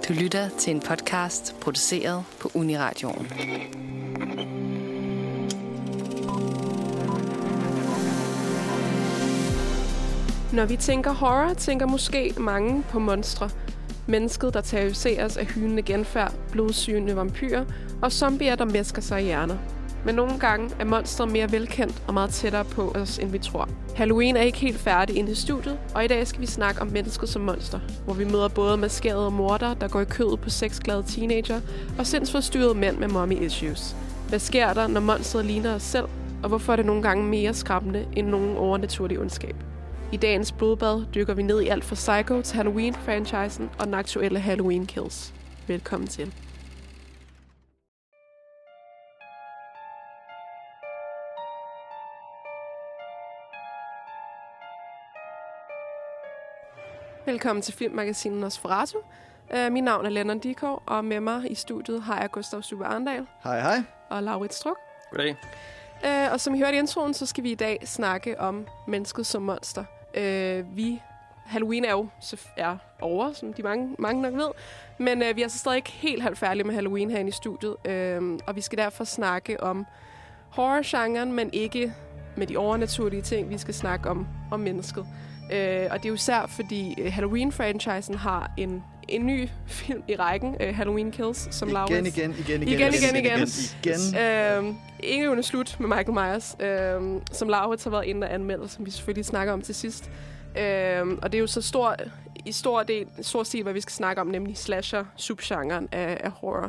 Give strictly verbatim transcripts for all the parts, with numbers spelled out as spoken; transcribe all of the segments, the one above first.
Du lytter til en podcast produceret på Uniradioen. Når vi tænker horror, tænker måske mange på monstre. Mennesket, der terroriseres af hylende genfærd, blodsygende vampyrer og zombier, der mæsker sig i hjerner. Men nogle gange er monstret mere velkendt og meget tættere på os, end vi tror. Halloween er ikke helt færdig inde i studiet, og i dag skal vi snakke om mennesket som monster, hvor vi møder både maskerede mordere, der går i kødet på sexglade teenager, og sindsforstyrrede mænd med mommy issues. Hvad sker der, når monstret ligner os selv, og hvorfor er det nogle gange mere skræmmende end nogen overnaturlig ondskab? I dagens blodbad dykker vi ned i alt fra Psycho til Halloween-franchisen og den aktuelle Halloween Kills. Velkommen til. Velkommen til Filmmagasinet Nosferatu. Uh, mit navn er Lennon Dikov, og med mig i studiet har jeg Gustav Stube Arndal. Hej, hej. Og Laurits Struk. Goddag. Uh, og som I hørte i introen, så skal vi i dag snakke om mennesket som monster. Uh, vi Halloween er jo er over, som de mange, mange nok ved. Men uh, vi er altså stadig ikke helt halvt færdige med Halloween herinde i studiet. Uh, og vi skal derfor snakke om horror-genren, men ikke med de overnaturlige ting. Vi skal snakke om, om mennesket. Uh, og det er jo især, fordi uh, Halloween-franchisen har en, en ny film i rækken, uh, Halloween Kills, som Laurits... Igen, igen, igen, igen, igen, igen, igen. igen. Uh, Ingen under slut med Michael Myers, uh, som Laurits har været inde og anmeldt, som vi selvfølgelig snakker om til sidst. Uh, og det er jo så stor, i stor, del, stor stil, hvad vi skal snakke om, nemlig slasher-subgenren af, af horror.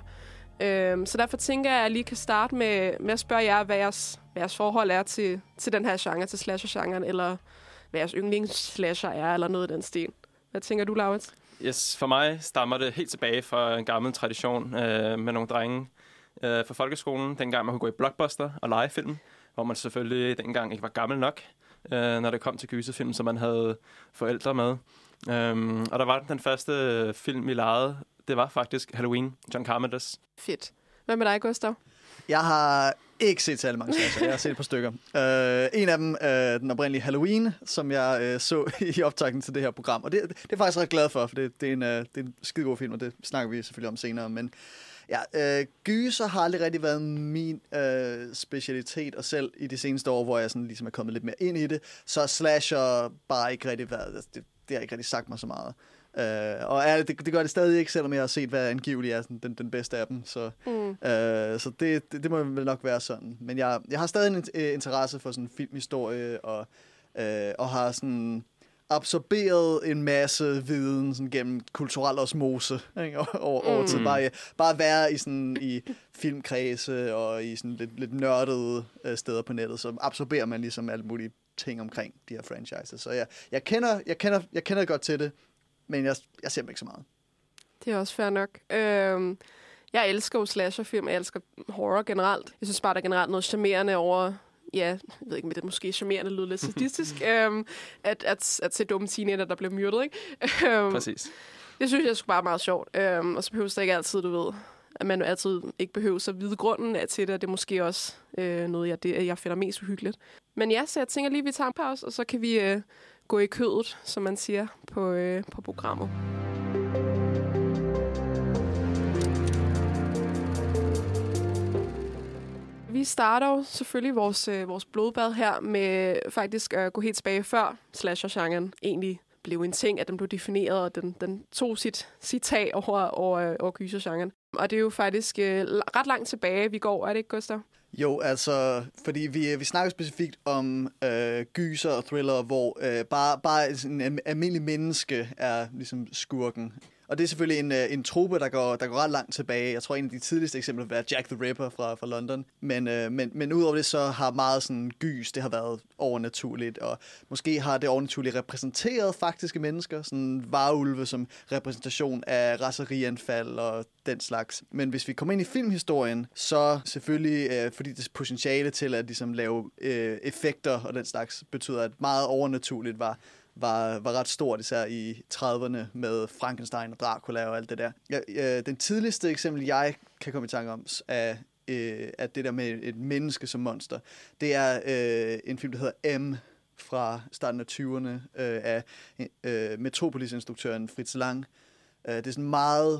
Uh, så derfor tænker jeg, at jeg lige kan starte med, med at spørge jer, hvad jeres, hvad jeres forhold er til, til den her genre, til slasher-genren, eller hvad jeres yndlingsslasher er, eller noget af den stil. Hvad tænker du, Laurits? Yes, for mig stammer det helt tilbage fra en gammel tradition øh, med nogle drenge øh, fra folkeskolen, dengang man kunne gå i Blockbuster og lege film, hvor man selvfølgelig dengang ikke var gammel nok, øh, når det kom til gyserfilm, så man havde forældre med. Um, og der var den første film, vi legede, det var faktisk Halloween, John Carpenters. Fedt. Hvad med dig, Gustav? Jeg har ikke set særlig mange slasher. Jeg har set et par stykker. Uh, en af dem er uh, den oprindelige Halloween, som jeg uh, så i optakten til det her program. Og det, det er jeg faktisk ret glad for, for det, det, er en, uh, det er en skidegod film, og det snakker vi selvfølgelig om senere. Men ja, uh, gyser har aldrig rigtig været min uh, specialitet, og selv i de seneste år, hvor jeg sådan ligesom er kommet lidt mere ind i det, så slasher bare ikke rigtig været... Altså, det, det har ikke rigtig sagt mig så meget. Uh, og er, det, det gør det stadig ikke, selvom jeg har set, hvad angiveligt er sådan, den, den bedste af dem. Så, mm. uh, så det, det, det må vel nok være sådan. Men jeg, jeg har stadig en uh, interesse for sådan filmhistorie, og, uh, og har sådan absorberet en masse viden sådan, gennem kulturel osmose ikke? over, over mm. tid. Bare, bare være i, sådan, i filmkredse og i sådan lidt, lidt nørdede uh, steder på nettet, så absorberer man ligesom alt muligt ting omkring de her franchises. Så jeg, jeg, kender, jeg, kender, jeg kender godt til det, men jeg, jeg ser dem ikke så meget. Det er også fair nok. Øhm, jeg elsker jo slasherfilm, jeg elsker horror generelt. Jeg synes bare, der er generelt noget charmerende over, ja, jeg ved ikke, men det er måske charmerende lyder lidt sadistisk, øhm, at, at, at se dumme teenager, der bliver myrdet, ikke? Øhm, Præcis. Det synes jeg sgu bare er meget sjovt. Øhm, og så behøver det ikke altid, du ved, at man altid ikke behøver at vide grunden af til det, og det er måske også øh, noget, jeg, det, jeg finder mest uhyggeligt. Men ja, så jeg tænker lige, vi tager en pause, og så kan vi... Øh, gå i kødet, som man siger, på, øh, på programmet. Vi starter jo selvfølgelig vores, øh, vores blodbad her med faktisk at gå helt tilbage før slasher-genren egentlig blev en ting, at den blev defineret, og den, den tog sit, sit tag over, over, over gyser-genren. Og det er jo faktisk øh, ret langt tilbage, vi går, er det ikke, Gustav? Jo, altså, fordi vi, vi snakker specifikt om øh, gyser og thriller, hvor øh, bare, bare en almindelig menneske er ligesom skurken. Og det er selvfølgelig en, en trope, der går, der går ret langt tilbage. Jeg tror, en af de tidligste eksempler vil være Jack the Ripper fra, fra London. Men, øh, men, men udover det, så har meget sådan gys, det har været overnaturligt. Og måske har det overnaturligt repræsenteret faktiske mennesker. Sådan varulve som repræsentation af raserianfald og den slags. Men hvis vi kommer ind i filmhistorien, så selvfølgelig, øh, fordi det potentiale til at ligesom, lave øh, effekter og den slags, betyder, at meget overnaturligt var Var, var ret stort, især i trediverne med Frankenstein og Dracula og alt det der. Ja, øh, den tidligste eksempel, jeg kan komme i tanke om, er, øh, er det der med et menneske som monster. Det er øh, en film, der hedder M fra starten af tyverne øh, af øh, Metropolis-instruktøren Fritz Lang. Øh, det er sådan meget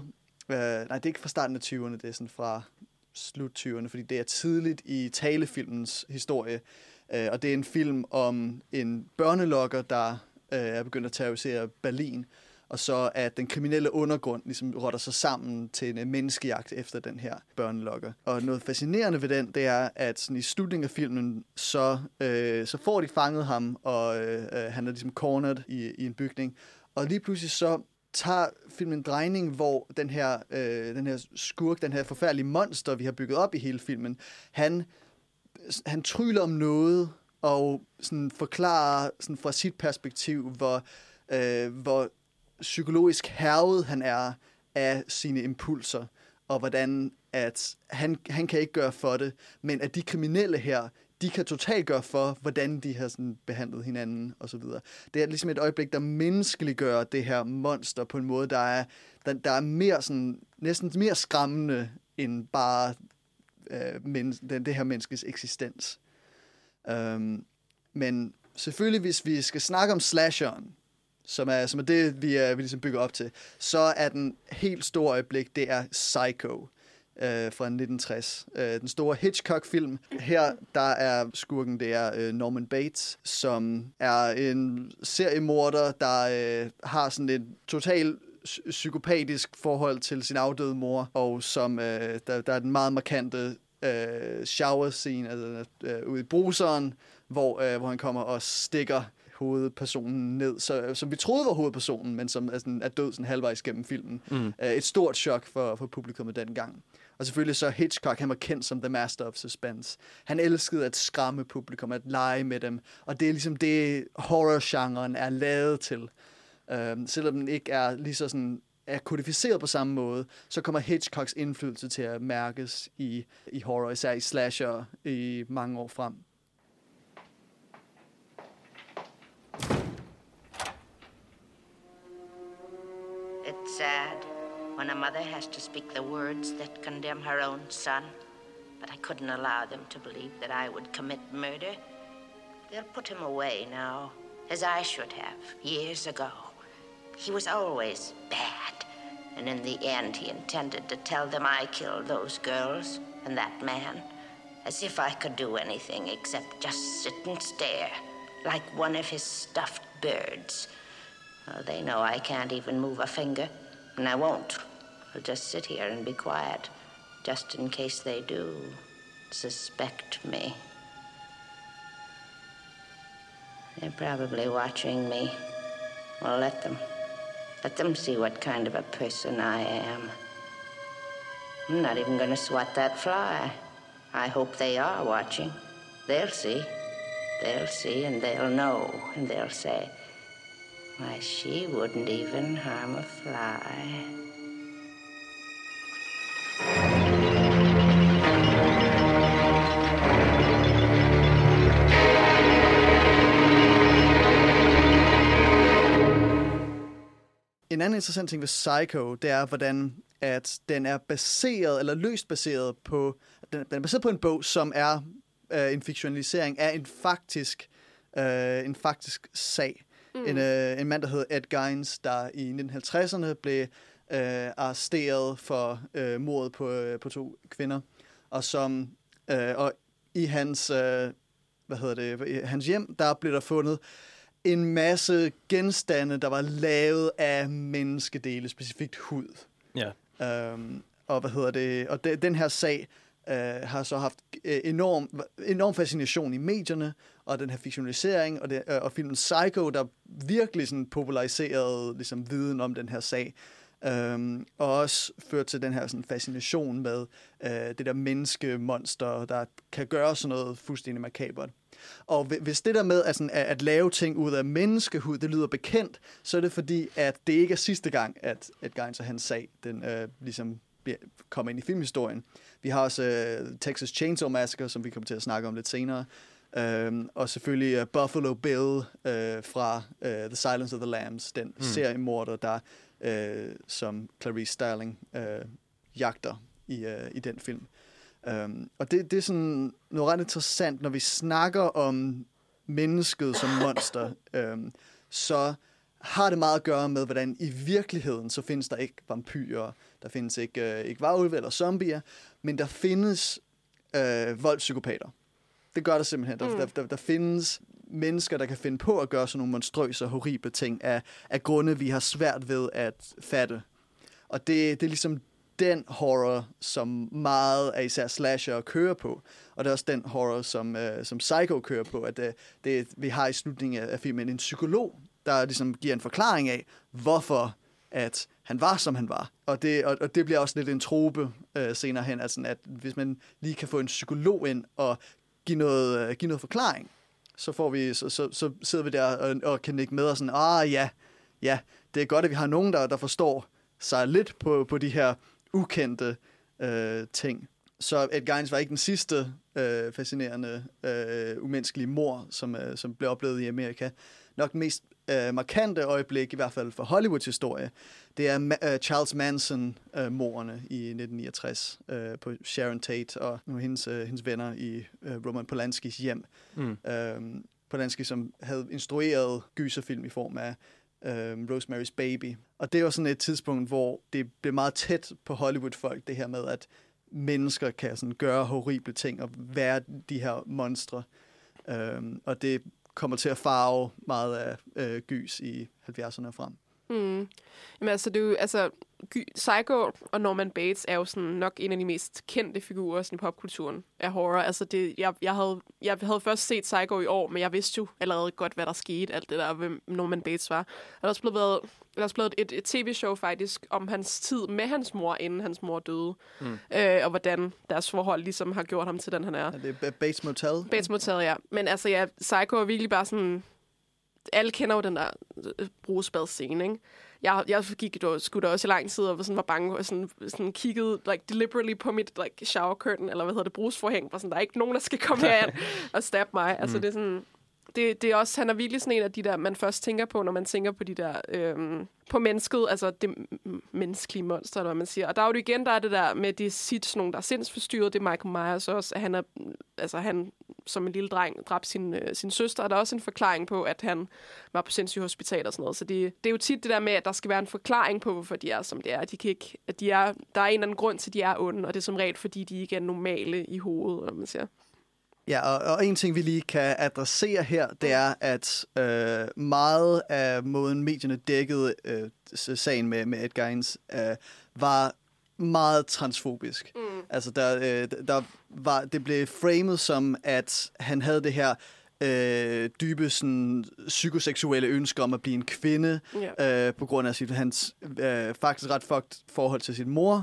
Øh, nej, det er ikke fra starten af tyverne, det er sådan fra slut tyverne, fordi det er tidligt i talefilmens historie. Øh, og det er en film om en børnelokker, der øh, er begyndt at terrorisere Berlin, og så at den kriminelle undergrund ligesom rotter sig sammen til en menneskejagt efter den her børnelokker. Og noget fascinerende ved den, det er, at sådan i slutningen af filmen, så, øh, så får de fanget ham, og øh, han er ligesom cornered i, i en bygning. Og lige pludselig så tager filmen en drejning, hvor den her, øh, den her skurk, den her forfærdelige monster, vi har bygget op i hele filmen, han, han tryller om noget, og sådan forklarer sådan fra sit perspektiv, hvor, øh, hvor psykologisk hærget han er af sine impulser, og hvordan at han, han kan ikke gøre for det, men at de kriminelle her, de kan totalt gøre for, hvordan de har sådan behandlet hinanden, og så videre. Det er ligesom et øjeblik, der menneskeliggør det her monster på en måde, der er, der, der er mere sådan, næsten mere skræmmende, end bare øh, men, det, det her menneskes eksistens. Um, men selvfølgelig, hvis vi skal snakke om slasheren, som er, som er det, vi, er, vi ligesom bygger op til, så er den helt store øjeblik, det er Psycho øh, fra nitten tres. Øh, den store Hitchcock-film. Her, der er skurken, det er øh, Norman Bates, som er en seriemorder, der øh, har sådan et totalt psykopatisk forhold til sin afdøde mor, og som øh, der, der er den meget markante øh, shower-scene altså, øh, ude i bruseren, hvor, øh, hvor han kommer og stikker hovedpersonen ned, så, som vi troede var hovedpersonen, men som er, sådan, er død sådan halvvejs gennem filmen. Mm. Uh, et stort chok for, for publikummet dengang. Og selvfølgelig så Hitchcock, han var kendt som The Master of Suspense. Han elskede at skræmme publikum, at lege med dem, og det er ligesom det, horror-genren er lavet til. Uh, selvom den ikke er lige så sådan er kodificeret på samme måde, så kommer Hitchcocks indflydelse til at mærkes i, i horror, især i slasher i mange år frem. It's sad when a mother has to speak the words that condemn her own son, but I couldn't allow them to believe that I would commit murder. They'll put him away now, as I should have, years ago. He was always bad, and in the end he intended to tell them I killed those girls and that man, as if I could do anything except just sit and stare, like one of his stuffed birds. Well, they know I can't even move a finger, and I won't. I'll just sit here and be quiet, just in case they do suspect me. They're probably watching me. Well, let them. Let them see what kind of a person I am. I'm not even going to swat that fly. I hope they are watching. They'll see. They'll see, and they'll know, and they'll say, why, she wouldn't even harm a fly. En anden interessant ting ved Psycho, det er, hvordan at den er baseret, eller løst baseret på, den er baseret på en bog, som er øh, en fiktionalisering af en faktisk, øh, en faktisk sag. Mm. En, øh, en mand, der hedder Ed Gein, der i nitten halvtredserne blev øh, arresteret for øh, mordet på, øh, på to kvinder, og som øh, og i hans øh, hvad hedder det, i hans hjem, der blev der fundet en masse genstande, der var lavet af menneskedele, specifikt hud. Ja. Øhm, og hvad hedder det? Og de, den her sag øh, har så haft enorm, enorm fascination i medierne, og den her fiktionalisering, og, det, øh, og filmen Psycho, der virkelig sådan populariserede ligesom, viden om den her sag, øhm, og også ført til den her sådan, fascination med øh, det der menneskemonster, der kan gøre sådan noget fuldstændig makabert. Og hvis det der med at, sådan, at lave ting ud af menneskehud, det lyder bekendt, så er det fordi, at det ikke er sidste gang, at Ed Gein og hans sag, den øh, ligesom kommer ind i filmhistorien. Vi har også øh, Texas Chainsaw Massacre, som vi kommer til at snakke om lidt senere. Øhm, og selvfølgelig uh, Buffalo Bill øh, fra uh, The Silence of the Lambs, den mm. seriemorder, der øh, som Clarice Starling øh, jagter i, øh, i den film. Um, og det, det er sådan noget ret interessant, når vi snakker om mennesket som monster, um, så har det meget at gøre med, hvordan i virkeligheden, så findes der ikke vampyrer, der findes ikke, øh, ikke varulve eller zombier, men der findes øh, voldspsykopater. Det gør der simpelthen. Der, mm. der, der, der findes mennesker, der kan finde på at gøre sådan nogle monstrøse og horrible ting af, af grunde, vi har svært ved at fatte. Og det, det er ligesom den horror, som meget af især slasher kører på. Og det er også den horror, som, øh, som Psycho kører på. At øh, det, vi har i slutningen af filmen en psykolog, der ligesom giver en forklaring af, hvorfor at han var, som han var. Og det, og, og det bliver også lidt en trope øh, senere hen, altså, at hvis man lige kan få en psykolog ind og give noget, øh, give noget forklaring, så, får vi, så, så, så sidder vi der og, og kan nikke med og sådan, ah ja, ja, det er godt, at vi har nogen, der, der forstår sig lidt på, på de her ukendte øh, ting. Så Ed Gein var ikke den sidste øh, fascinerende, øh, umenneskelige mord, som, øh, som blev oplevet i Amerika. Nok den mest øh, markante øjeblik, i hvert fald for Hollywoods historie, det er ma- øh, Charles Manson-mordene øh, i nitten niogtres øh, på Sharon Tate og hendes, øh, hendes venner i øh, Roman Polanskis hjem. Mm. Øh, Polanski, som havde instrueret gyserfilm i form af øh, Rosemary's Baby. Og det var sådan et tidspunkt, hvor det blev meget tæt på Hollywood-folk, det her med, at mennesker kan sådan gøre horrible ting og være de her monstre. Øh, og det kommer til at farve meget af øh, gys i halvfjerdserne frem. Mm. Jamen altså, det er jo, altså, Psycho og Norman Bates er jo sådan nok en af de mest kendte figurer sådan i popkulturen af horror. Altså, det, jeg, jeg, havde, jeg havde først set Psycho i år, men jeg vidste jo allerede godt, hvad der skete, alt det der, hvem Norman Bates var. Og der er også blevet, været, der er også blevet et, et tv-show faktisk om hans tid med hans mor, inden hans mor døde. Mm. Øh, og hvordan deres forhold ligesom har gjort ham til den, han er. Ja, det er Bates Motel. Bates Motel, ja. Men altså, ja, Psycho er virkelig bare sådan... Alle kender jo den der brugespadscene, ikke? Jeg, jeg gik da, skulle da også i lang tid og sådan var bange og sådan, sådan kiggede like, deliberately på mit like, shower curtain, eller hvad hedder det, brugsforhæng, var sådan, der er ikke nogen, der skal komme herind og stabbe mig. Mm. Altså, det er sådan... Det, det er også, han er virkelig sådan en af de der, man først tænker på, når man tænker på de der, øhm, på mennesket, altså det menneskelige monster, eller hvad man siger. Og der er jo det igen, der er det der med de sit, sådan nogle, der er sindsforstyrret, det er Michael Myers også, at han er, altså han som en lille dreng dræbte sin, øh, sin søster, og der er også en forklaring på, at han var på sindssygehospital og sådan noget. Så det, det er jo tit det der med, at der skal være en forklaring på, hvorfor de er, som de er. De kan ikke, at de er, der er en eller anden grund til, at de er onde, og det er som regel, fordi de ikke er normale i hovedet, eller man siger. Ja, og, og en ting, vi lige kan adressere her, det er, at øh, meget af måden, medierne dækkede øh, sagen med, med Ed Geins, øh, var meget transfobisk. Mm. Altså, der, øh, der var, det blev framet som, at han havde det her øh, dybe sådan, psykoseksuelle ønsker om at blive en kvinde, yeah. øh, på grund af sit, hans øh, faktisk ret fucked forhold til sin mor.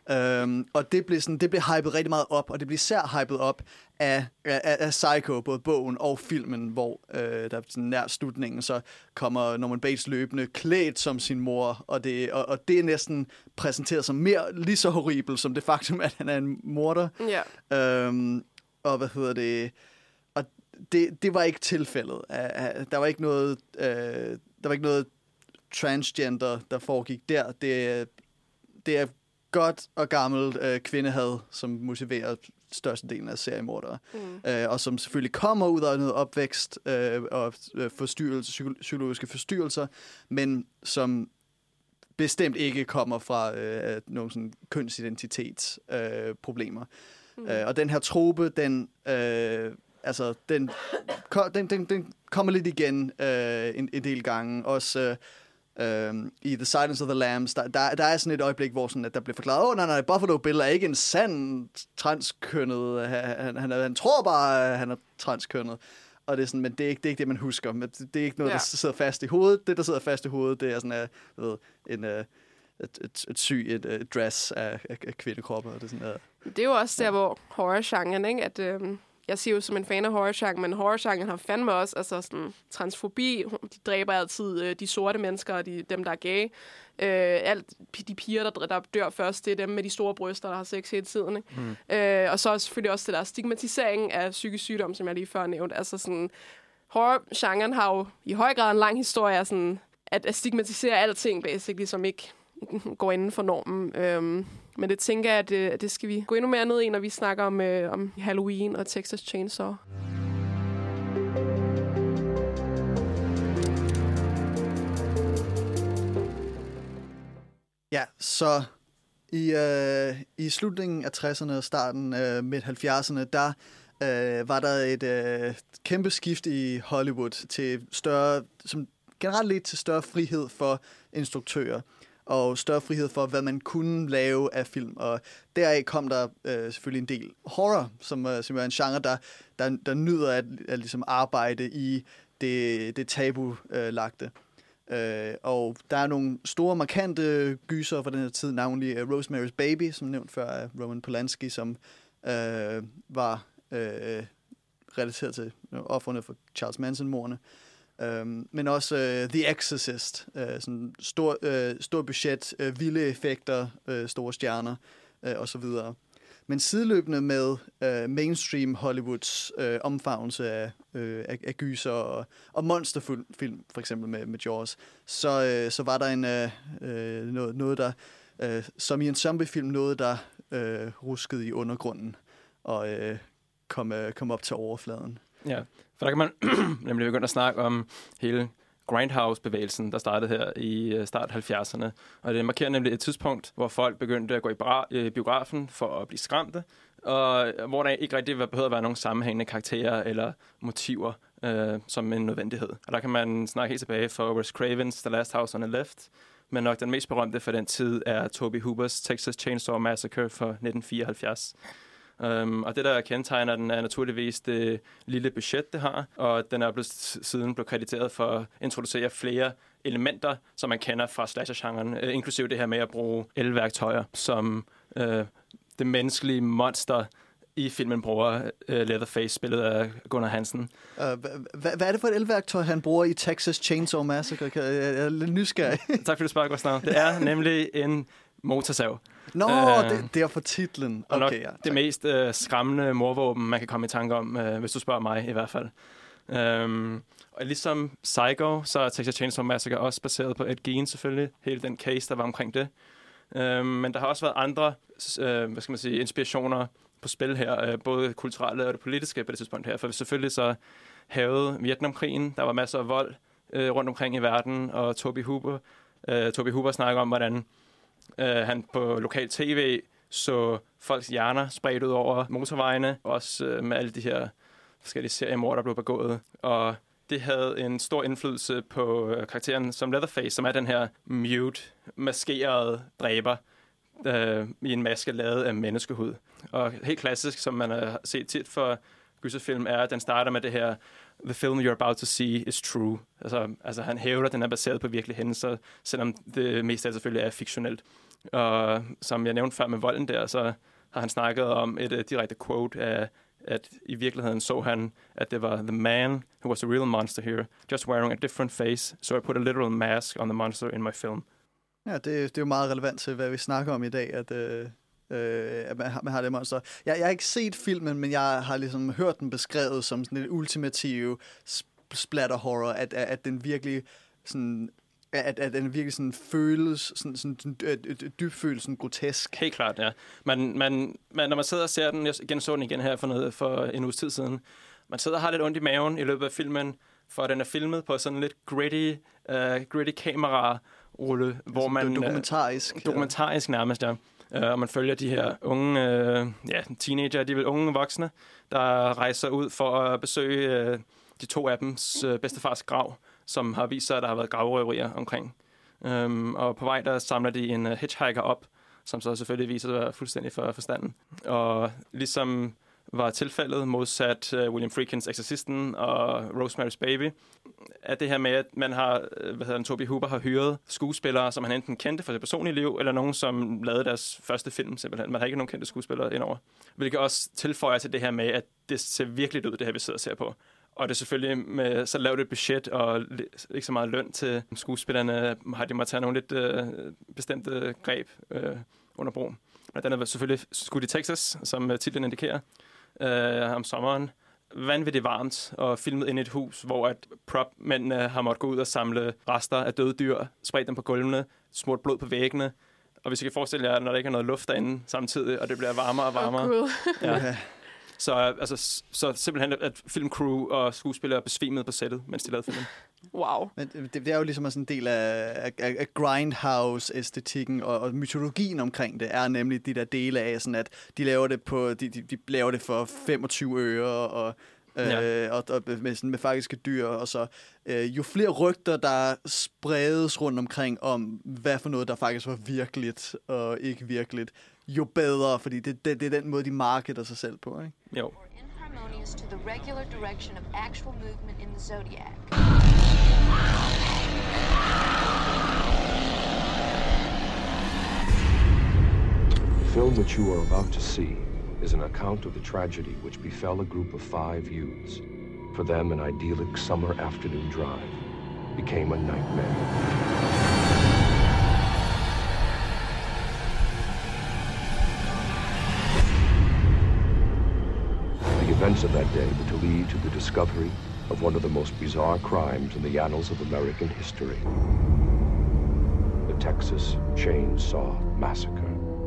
Um, og det blev, sådan, det blev hypet rigtig meget op, og det blev især hypet op af, af, af Psycho, både bogen og filmen, hvor øh, der sådan nær slutningen, så kommer Norman Bates løbende klædt som sin mor, og det, og, og det er næsten præsenteret som mere lige så horribelt som det faktum, at han er en morder. Yeah. Um, og hvad hedder det? Og det, det var ikke tilfældet. Uh, der var ikke noget, uh, der var ikke noget transgender, der foregik der. Det, det er godt og gammelt øh, kvindehad, som motiverer størstedelen af seriemordere. Mm. Øh, og som selvfølgelig kommer ud af noget opvækst øh, og forstyrrelse, psyko- psykologiske forstyrrelser, men som bestemt ikke kommer fra øh, nogle sådan kønsidentitetsproblemer. Øh, problemer. mm. øh, og den her trope, den, øh, altså, den, den, den, den kommer lidt igen øh, en, en del gange. Også øh, Um, i The Silence of the Lambs, der, der, der er sådan et øjeblik, hvor sådan, at der bliver forklaret, åh oh, nej, nej, Buffalo Bill er ikke en sand transkønnet, han, han, han tror bare, at han er transkønnet, og det er sådan, men det er ikke det, er ikke det man husker, men det, det er ikke noget, ja. der sidder fast i hovedet, det, der sidder fast i hovedet, det er sådan, at, ved, en, et, et, et syg, et, et dress af, af, af kvindekropper, og det er sådan, uh, det er jo også der, ja. hvor horror-genren, ikke, at øhm jeg siger jo som en fan af horror-genren, men horror-genren har fandme også altså sådan, transfobi. De dræber altid øh, de sorte mennesker og de, dem, der er gay. Øh, alt, de piger, der, der dør først, det er dem med de store bryster, der har sex hele tiden. Ikke? Mm. Øh, og så er selvfølgelig også det der stigmatisering af psykisk sygdom, som jeg lige før nævnte. Altså sådan, horror-genren har jo i høj grad en lang historie af sådan, at, at stigmatisere alting, basically, som ikke går inden for normen. Øhm, men det tænker jeg, at, at det skal vi gå endnu mere ned i, når vi snakker om, øh, om Halloween og Texas Chainsaw. Ja, så i, øh, i slutningen af tresserne og starten øh, midt halvfjerdserne, der øh, var der et øh, kæmpe skift i Hollywood til større, som generelt lidt til større frihed for instruktører og større frihed for, hvad man kunne lave af film. Og deraf kom der øh, selvfølgelig en del horror, som, øh, som er en genre, der, der, der nyder at, at ligesom arbejde i det, det tabu-lagte. Øh, og der er nogle store, markante gyser fra den her tid, navnlig uh, Rosemary's Baby, som nævnt før af Roman Polanski, som øh, var øh, relateret til ofrene for Charles Manson-mordene. Um, men også uh, The Exorcist, uh, sådan stor, uh, stor budget, uh, vilde effekter, uh, store stjerner uh, osv. Men sideløbende med uh, mainstream Hollywoods uh, omfavnelse af, uh, af, af gyser og, og monsterfilm, for eksempel med, med Jaws, så, uh, så var der en, uh, uh, noget, noget, der, uh, som i en zombiefilm, noget, der uh, ruskede i undergrunden og uh, kom, uh, kom op til overfladen. Ja, for der kan man nemlig begynde at snakke om hele Grindhouse-bevægelsen, der startede her i start halvfjerdserne. Og det markerer nemlig et tidspunkt, hvor folk begyndte at gå i biografen for at blive skræmte, og hvor der ikke rigtig behøvede at være nogen sammenhængende karakterer eller motiver øh, som en nødvendighed. Og der kan man snakke helt tilbage for Wes Cravens The Last House on the Left, men nok den mest berømte for den tid er Tobe Hoopers Texas Chainsaw Massacre fra nitten fireoghalvfjerds. Um, og det, der kendetegner den, er naturligvis det lille budget, det har, og den er blevet siden blevet krediteret for at introducere flere elementer, som man kender fra slasher-genren, uh, inklusive det her med at bruge el-værktøjer, som uh, det menneskelige monster i filmen bruger, uh, Leatherface, spillet af Gunnar Hansen. Uh, Hvad er det for et el-værktøj, han bruger i Texas Chainsaw Massacre? Jeg er lidt nysgerrig. Tak for det spørgsmål, Gustav. Det er nemlig en motorsav. Nå, uh, det, det er for titlen. Okay, okay, ja, det mest uh, skræmmende mordvåben, man kan komme i tanke om, uh, hvis du spørger mig i hvert fald. Um, og ligesom Psycho, så er Texas Chainsaw Massacre også baseret på Ed Gein selvfølgelig, hele den case, der var omkring det. Um, men der har også været andre uh, hvad skal man sige, inspirationer på spil her, uh, både kulturelle og det politiske på det tidspunkt her, for selvfølgelig så havede Vietnamkrigen, der var masser af vold uh, rundt omkring i verden, og Tobe Hooper, uh, Tobe Hooper snakker om, hvordan Uh, han på lokal tv så folks hjerner spredt ud over motorvejene, også uh, med alle de her forskellige seriemord, der blev begået. Og det havde en stor indflydelse på uh, karakteren som Leatherface, som er den her mute, maskerede dræber uh, i en maske lavet af menneskehud. Og helt klassisk, som man har set tit for gyserfilm, er, at den starter med det her: "The film you're about to see is true." Altså, altså han hævder, at den er baseret på virkelige hændelser, selvom det meste af selvfølgelig er fiktionelt. Og som jeg nævnte før med volden der, så har han snakket om et uh, direkte quote af, at i virkeligheden så han, at det var the man who was the real monster here, just wearing a different face, so I put a literal mask on the monster in my film. Ja, det, det er jo meget relevant til, hvad vi snakker om i dag, at, øh, øh, at man, har, man har det monster. Jeg, jeg har ikke set filmen, men jeg har ligesom hørt den beskrevet som sådan et ultimative splatter horror, at, at, at den virkelig sådan... At, at den virkelig sådan føles, sådan, sådan dybt føles sådan grotesk. Helt klart, ja. Man, man, man, når man sidder og ser den, jeg igen så den igen her for, noget, for en uges tid siden, man sidder og har lidt ondt i maven i løbet af filmen, for den er filmet på sådan lidt gritty, uh, gritty kamera-rulle, hvor man... Dokumentarisk. Uh, dokumentarisk nærmest, ja. Uh, og man følger de her unge, uh, ja, teenager, de er vel unge voksne, der rejser ud for at besøge uh, de to af dems uh, bedstefars grav, som har vist sig, at der har været gravrøverier omkring. Um, og på vej, der samler de en uh, hitchhiker op, som så selvfølgelig viser sig at være fuldstændig for forstanden. Og ligesom var tilfældet modsat uh, William Friedkins Exorcisten og Rosemary's Baby, at det her med, at man har, hvad hedder den, Tobe Hooper har hyret skuespillere, som han enten kendte for sit personlige liv, eller nogen, som lavede deres første film, simpelthen. Man har ikke nogen kendte skuespillere indover. Hvilket også tilføjer til det her med, at det ser virkelig ud, det her, vi sidder og ser på. Og det er selvfølgelig med så lavt et budget og ikke så meget løn til skuespillerne, har de måttet tage nogle lidt øh, bestemte greb øh, under brug. Og den er selvfølgelig skudt i Texas, som titlen indikerer, øh, om sommeren. Vanvittigt varmt og filmet ind i et hus, hvor at prop-mændene har måttet gå ud og samle rester af døde dyr, spredt dem på gulvene, smurt blod på væggene. Og hvis I kan forestille jer, når der ikke er noget luft derinde samtidig, og det bliver varmere og varmere. Oh, cool. Ja. Så, altså, så simpelthen, at filmcrew og skuespillere besvimede på sættet, mens de lavede filmen. Wow. Men det, det er jo ligesom sådan en del af, af, af grindhouse-æstetikken, og, og mytologien omkring det er nemlig de der dele af, sådan at de laver det på, de, de, de laver det for femogtyve øre, og Ja. Øh, og, og med, sådan, med faktiske dyr, og så øh, jo flere rygter, der spredes rundt omkring om, hvad for noget, der faktisk var virkeligt og ikke virkeligt, jo bedre, fordi det, det, det er den måde, de marketer sig selv på, ikke? Jo. To the regular direction of actual movement in the zodiac. The film which you are about to see is an account of the tragedy which befell a group of five youths. For them, an idyllic summer afternoon drive became a nightmare. The events of that day were to lead to the discovery of one of the most bizarre crimes in the annals of American history. The Texas Chainsaw Massacre.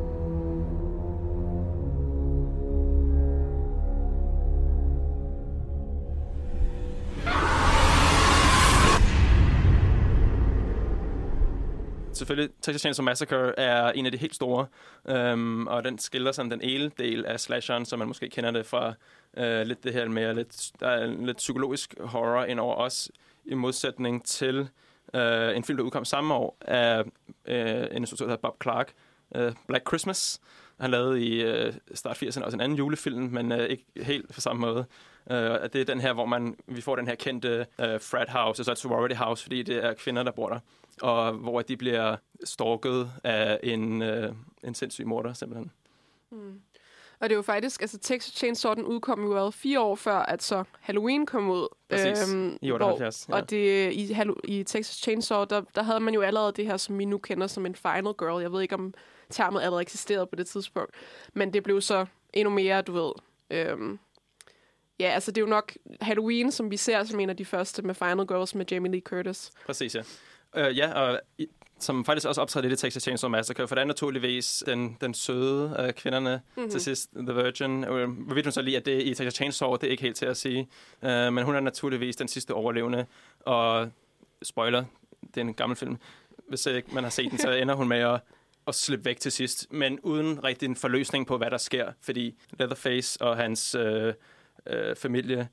Selvfølgelig, Texas Chainsaw Massacre er en af de helt store, øhm, og den skiller sådan den ene del af slasheren, som man måske kender det fra øh, lidt det her med lidt, der er lidt psykologisk horror ind over os, i modsætning til øh, en film, der udkom samme år af øh, en instruktør, der hedder Bob Clark, øh, Black Christmas. Han lavede i øh, start firserne også en anden julefilm, men øh, ikke helt på samme måde. Uh, det er den her, hvor man, vi får den her kendte uh, frat house, altså et sorority house, fordi det er kvinder, der bor der, og hvor de bliver stalket af en, uh, en sindssyg morder, simpelthen. Mm. Og det er jo faktisk, altså Texas Chainsaw, den udkom jo fire år før, at så Halloween kom ud. Præcis, øhm, i otteoghalvfjerds. Hvor, ja. Og det, i, i Texas Chainsaw, der, der havde man jo allerede det her, som vi nu kender som en final girl. Jeg ved ikke, om termet allerede eksisterede på det tidspunkt, men det blev så endnu mere, du ved... Øhm, Ja, altså det er jo nok Halloween, som vi ser som en af de første med Final Girls med Jamie Lee Curtis. Præcis, ja. Uh, ja, og i, som faktisk også optræder lidt i Texas Chainsaw Massacre, for det er naturligvis den, den søde af uh, kvinderne mm-hmm. til sidst, The Virgin. Uh, Hvorvidt hun så lige, at det i Texas Chainsaw, det er ikke helt til at sige. Uh, men hun er naturligvis den sidste overlevende, og spoiler, det er en gammel film. Hvis ikke man har set den, så ender hun med at at slippe væk til sidst, men uden rigtig en forløsning på, hvad der sker, fordi Leatherface og hans... Uh, Øh, familie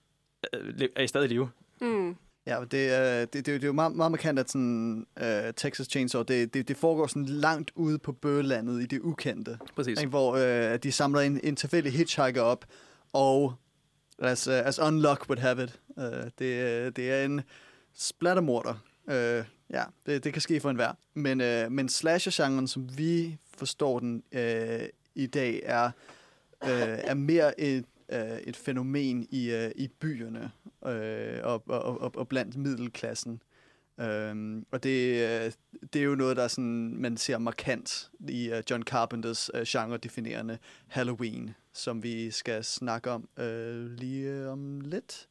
øh, er i stadig live. Mm. Ja, det, øh, det, det, det er jo meget, meget markant, at sådan, øh, Texas Chainsaw, det, det, det foregår sådan langt ude på bøgelandet i det ukendte. Præcis. Ikke, hvor øh, de samler en, en tilfældig hitchhiker op, og as, uh, as unluck would have it, uh, det, det er en splattermorder. Uh, ja, det, det kan ske for enhver. Men, uh, men slasher-genren, som vi forstår den uh, i dag, er, uh, er mere et et fænomen i, uh, i byerne øh, og, og, og, og blandt middelklassen. Um, og det, uh, det er jo noget, der sådan, man ser markant i uh, John Carpenters uh, genre-definerende Halloween, som vi skal snakke om uh, lige uh, om lidt.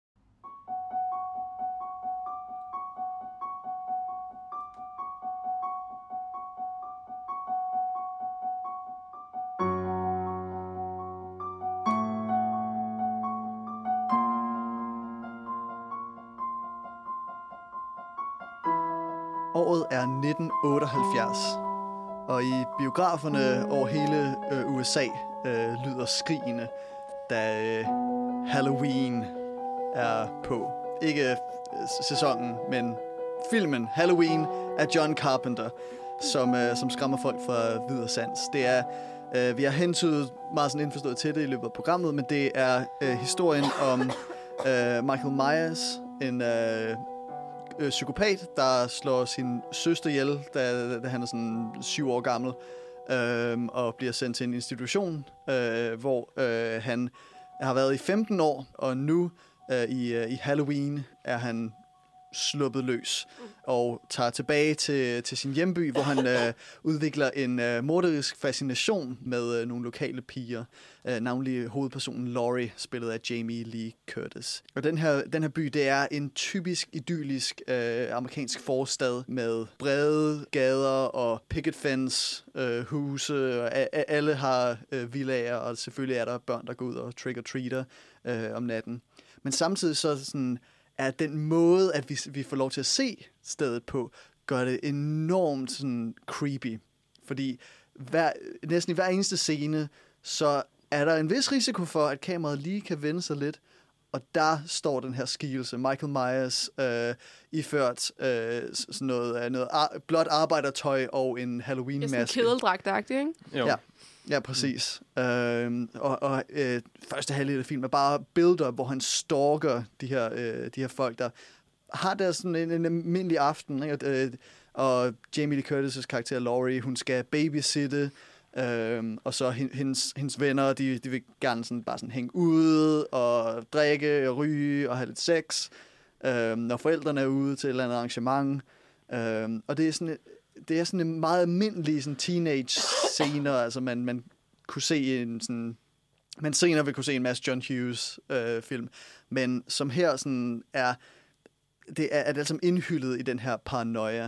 Året er nitten otteoghalvfjerds, og i biograferne over hele øh, U S A øh, lyder skrigene, da øh, Halloween er på. Ikke øh, sæsonen, men filmen Halloween af John Carpenter, som, øh, som skræmmer folk fra vid og sans. Det er, øh, vi har hentydet meget sådan indforstået til det i løbet af programmet, men det er øh, historien om øh, Michael Myers, en... Øh, psykopat, der slår sin søster ihjel, da, da han er sådan syv år gammel, øh, og bliver sendt til en institution, øh, hvor øh, han har været i femten år, og nu øh, i, øh, i Halloween er han sluppet løs og tager tilbage til, til sin hjemby, hvor han øh, udvikler en øh, morderisk fascination med øh, nogle lokale piger, øh, navnlig hovedpersonen Laurie, spillet af Jamie Lee Curtis. Og den her, den her by, det er en typisk idyllisk øh, amerikansk forstad med brede gader og picket fence, øh, huse, og a- a- alle har øh, villager, og selvfølgelig er der børn, der går ud og trick-or-treater øh, om natten. Men samtidig så sådan, er den måde, at vi, vi får lov til at se stedet på, gør det enormt sådan, creepy. Fordi hver, næsten i hver eneste scene, så er der en vis risiko for, at kameraet lige kan vende sig lidt. Og der står den her skikkelse, Michael Myers, øh, iført øh, sådan noget, noget ar- blåt arbejdertøj og en Halloween-maske. Ja, sådan kedeldragtagtigt, ikke? Jo. Ja. Ja, præcis. Mm. Øhm, og og øh, første halvdel af filmen er bare billeder, hvor han stalker de her, øh, de her folk, der har der sådan en, en almindelig aften. Ikke? Og, øh, og Jamie Lee Curtis' karakter Laurie, hun skal babysitte, øh, og så hendes, hendes venner, de, de vil gerne sådan, bare sådan hænge ude og drikke og ryge og have lidt sex, øh, når forældrene er ude til et eller andet arrangement. Øh, og det er sådan det er sådan en meget almindelig sådan teenage-scener, altså man, man kunne se en sådan, man senere vil kunne se en masse John Hughes øh, film, men som her sådan er, det er, er det altså indhyllet i den her paranoia.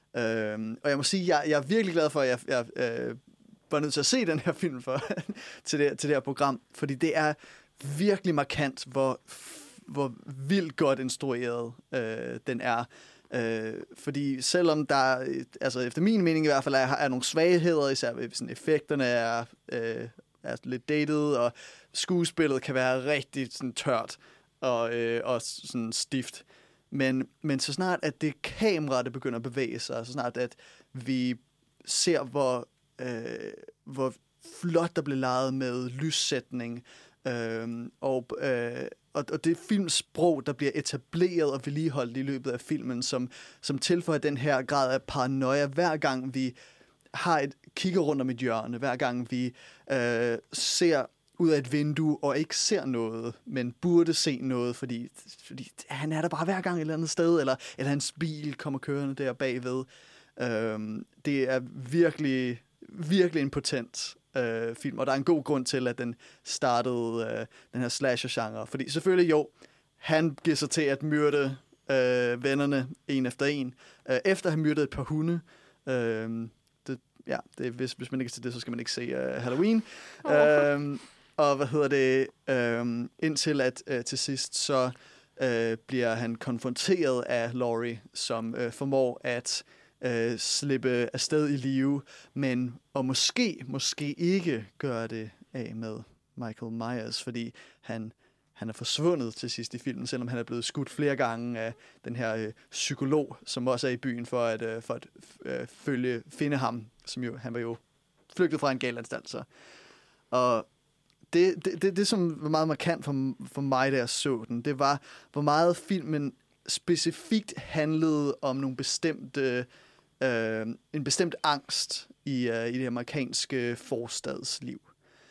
Øh, og jeg må sige, jeg, jeg er virkelig glad for, at jeg, jeg øh, var nødt til at se den her film for, til, det, til det her program, fordi det er virkelig markant, hvor, hvor vildt godt instrueret øh, den er. Øh, fordi selvom der, altså efter min mening i hvert fald, er, er nogle svagheder, især ved sådan effekterne er, øh, er lidt dated, og skuespillet kan være rigtig sådan tørt og, øh, og sådan stift. Men, men så snart, at det kamera, det begynder at bevæge sig, så snart, at vi ser, hvor, øh, hvor flot der bliver leget med lyssætning, øh, og øh, Og, og det filmsprog, der bliver etableret og vedligeholdt i løbet af filmen, som, som tilføjer den her grad af paranoia, hver gang vi har et kigger rundt om et hjørne, hver gang vi øh, ser ud af et vindue og ikke ser noget, men burde se noget, fordi, fordi han er der bare hver gang et eller andet sted, eller, eller hans bil kommer kørende der bagved. Øh, det er virkelig, virkelig en potent Øh, film, og der er en god grund til, at den startede øh, den her slasher-genre. Fordi selvfølgelig jo, han giver sig til at myrde øh, vennerne en efter en. Øh, efter at have myrdet et par hunde. Øh, det, ja, det, hvis, hvis man ikke ser det, så skal man ikke se øh, Halloween. Oh. Øh, og hvad hedder det? Øh, indtil at øh, til sidst, så øh, bliver han konfronteret af Laurie, som øh, formår at Øh, slippe afsted i live, men og måske, måske ikke gøre det af med Michael Myers, fordi han, han er forsvundet til sidst i filmen, selvom han er blevet skudt flere gange af den her øh, psykolog, som også er i byen for at, øh, for at øh, følge, finde ham, som jo, han var jo flygtet fra en galanstalt. Så. Og det, det, det, det, som var meget markant for, for mig, da jeg så den, det var, hvor meget filmen specifikt handlede om nogle bestemte øh, en bestemt angst i, øh, i det amerikanske forstadsliv.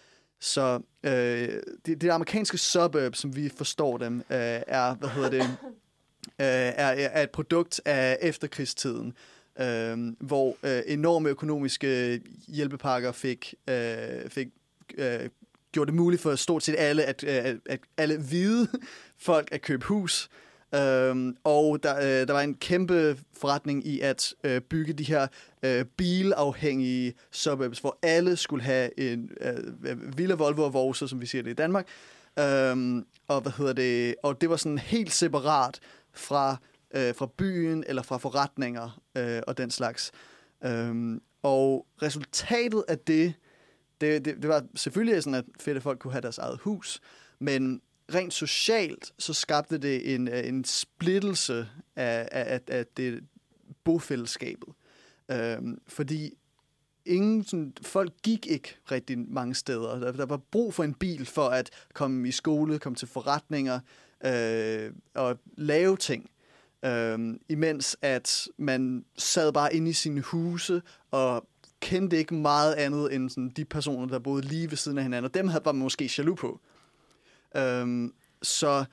Så øh, det, det amerikanske suburb, som vi forstår dem, øh, er, hvad hedder det, øh, er, er et produkt af efterkrigstiden, øh, hvor øh, enorme økonomiske hjælpepakker fik, øh, fik øh, gjort det muligt for stort set alle, at, at, at alle hvide folk at købe hus. Øhm, og der, øh, der var en kæmpe forretning i at øh, bygge de her øh, bilafhængige suburbs, hvor alle skulle have en øh, Villa, Volvo og Vorse, som vi siger det i Danmark. Øhm, og hvad hedder det? Og det var sådan helt separat fra øh, fra byen eller fra forretninger øh, og den slags. Øhm, og resultatet af det, det, det, det var selvfølgelig sådan, at fedte folk kunne have deres eget hus, men rent socialt, så skabte det en, en splittelse af, af, af det bofællesskabet. Øhm, fordi ingen, sådan, folk gik ikke rigtig mange steder. Der, der var brug for en bil for at komme i skole, komme til forretninger øh, og lave ting. Øhm, imens at man sad bare inde i sine huse og kendte ikke meget andet end sådan, de personer, der boede lige ved siden af hinanden. Og dem havde man måske jaloux på. Um, så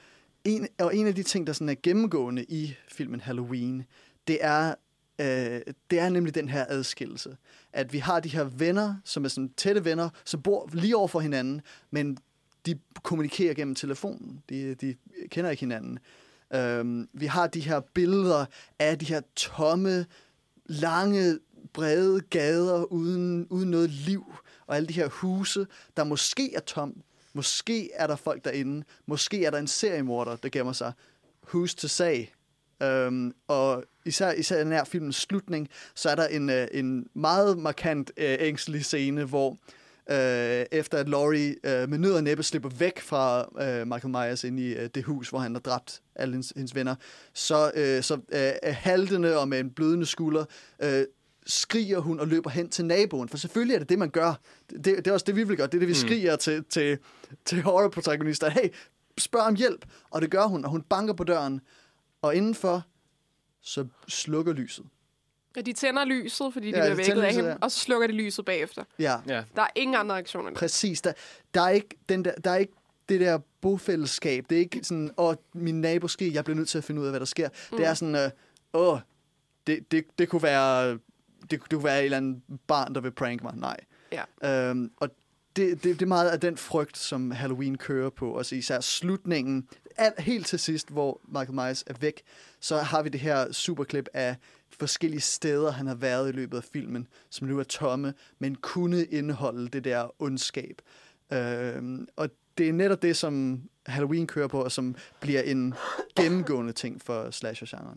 en, og en af de ting, der sådan er gennemgående i filmen Halloween, det er, øh, det er nemlig den her adskillelse. At vi har de her venner, som er sådan tætte venner, som bor lige over for hinanden, men de kommunikerer gennem telefonen. De, de kender ikke hinanden. Um, vi har de her billeder af de her tomme, lange, brede gader uden, uden noget liv, og alle de her huse, der måske er tom. Måske er der folk derinde. Måske er der en seriemorder, der gemmer sig. Who's to say? Um, og især, især nær filmens slutning, så er der en, uh, en meget markant uh, ængstelig scene, hvor uh, efter at Laurie uh, med nød og næppe slipper væk fra uh, Michael Myers ind i uh, det hus, hvor han har dræbt alle hendes, hendes venner, så, uh, så uh, haltende og med en blødende skulder, uh, skriger hun og løber hen til naboen. For selvfølgelig er det det, man gør. Det, det er også det, vi vil gøre. Det er det, vi mm. skriger til, til, til horror-protagonister. Hey, spørg om hjælp. Og det gør hun, og hun banker på døren. Og indenfor, så slukker lyset. Ja, de tænder lyset, fordi de ja, bliver vækket af hende, ja. og så slukker de lyset bagefter. Ja. Ja. Der er ingen andre aktioner. Præcis. Der, der, er ikke den der, der er ikke det der bofællesskab. Det er ikke sådan, åh, min nabo skriger, jeg bliver nødt til at finde ud af, hvad der sker. Mm. Det er sådan, øh, åh, det, det, det kunne være... Det, det kunne være et eller andet barn, der vil prank mig. Nej. Ja. Øhm, og det, det, det er meget af den frygt, som Halloween kører på. Og så især slutningen, alt, helt til sidst, hvor Michael Myers er væk, så har vi det her superklip af forskellige steder, han har været i løbet af filmen, som nu er tomme, men kunne indeholde det der ondskab. Øhm, og det er netop det, som Halloween kører på, og som bliver en gennemgående ting for slasher-genren.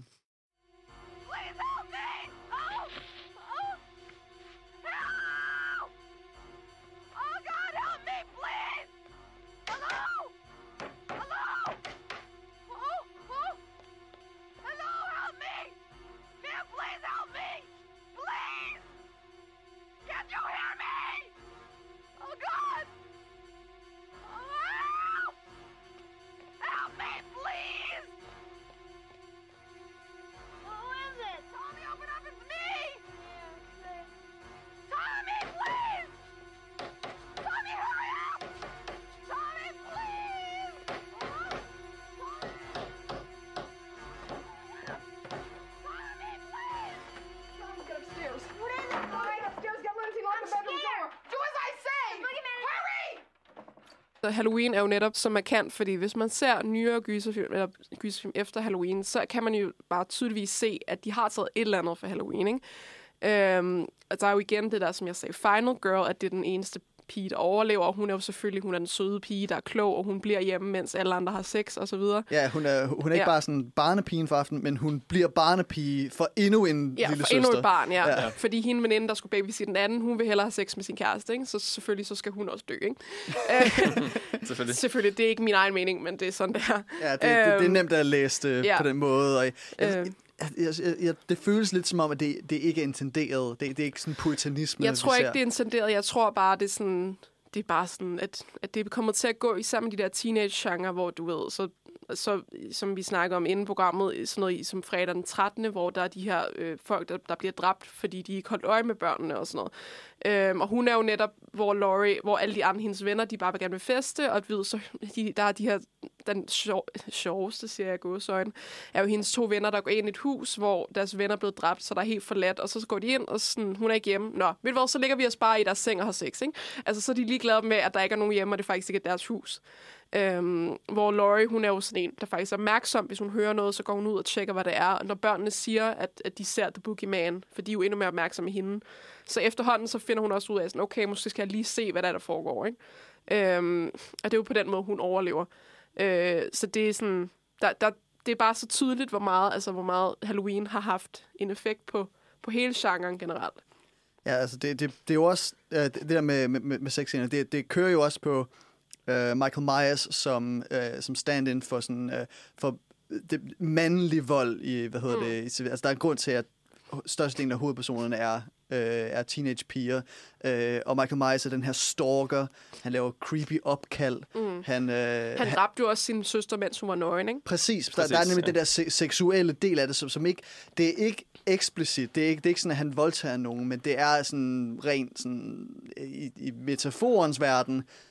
Halloween er jo netop så markant, fordi hvis man ser nyere gyserfilm, eller gyserfilm efter Halloween, så kan man jo bare tydeligvis se, at de har taget et eller andet for Halloween, ikke? Øhm, og der er jo igen det der, som jeg sagde, Final Girl, at det er den eneste pige, der overlever, og hun er jo selvfølgelig, hun er den søde pige, der er klog, og hun bliver hjemme, mens alle andre har sex, og så videre. Ja, hun er, hun er ikke ja. bare sådan barnepigen for aftenen, men hun bliver barnepige for endnu en ja, lille for søster. endnu et barn, ja. ja. Fordi hende veninde, der skulle babysitte den anden, hun vil hellere have sex med sin kæreste, ikke? Så selvfølgelig, så skal hun også dø, ikke? selvfølgelig. selvfølgelig, det er ikke min egen mening, men det er sådan, det er. Ja, det, øhm, det, det er nemt at læse det ja. på den måde, og jeg, øhm. Jeg, jeg, jeg, det føles lidt som om, at det, det ikke er intenderet. Det, det er ikke sådan puritanisme. Jeg tror ikke, det er intenderet. Jeg tror bare, det er sådan... Det er bare sådan, at, at det kommer til at gå især med de der teenage-genre, hvor du ved, så, så som vi snakker om inden programmet, sådan noget som fredag den trettende, hvor der er de her øh, folk, der, der bliver dræbt, fordi de ikke holdt øje med børnene og sådan noget. Øhm, og hun er jo netop, hvor Laurie, hvor alle de andre hendes venner, de bare vil gerne vil feste, og ved, så de, der er de her, den sjov, sjoveste, siger jeg gåsøjne, er jo hendes to venner, der går ind i et hus, hvor deres venner er blevet dræbt, så der er helt forladt, og så går de ind, og sådan, hun er ikke hjemme. Nå, ved du hvad, så ligger vi os bare i deres seng og har sex, ikke? Altså, så er de ligeglade med, at der ikke er nogen hjemme, og det faktisk ikke er deres hus. Øhm, hvor Laurie, hun er jo sådan en, der faktisk er opmærksom. Hvis hun hører noget, så går hun ud og tjekker, hvad det er. Og når børnene siger, at, at de ser The Boogeyman, for de er jo endnu mere opmærksomme i hende, så efterhånden, så finder hun også ud af, sådan, okay, måske skal jeg lige se, hvad der er, der foregår, ikke? Øhm, og det er jo på den måde, hun overlever. Øh, så det er sådan, der, der, det er bare så tydeligt, hvor meget, altså, hvor meget Halloween har haft en effekt på, på hele genren generelt. Ja, altså det, det, det er jo også, uh, det der med, med, med sexscener, det, det kører jo også på uh, Michael Myers som, uh, som stand-in for, sådan, uh, for det mandlige vold i, hvad hedder mm. det, i, altså der er en grund til, at størstedelen af hovedpersonerne er, øh, er teenage-piger. Øh, og Michael Myers er den her stalker. Han laver creepy opkald. Mm. Han, øh, han dræbte jo også sin søster, mens hun var nøgen, ikke? Præcis. præcis der, der er nemlig ja. den der se- seksuelle del af det, som, som ikke... Det er ikke eksplicit. Det er ikke, det er ikke sådan, at han voldtager nogen, men det er sådan rent sådan, i, i metaforens verden,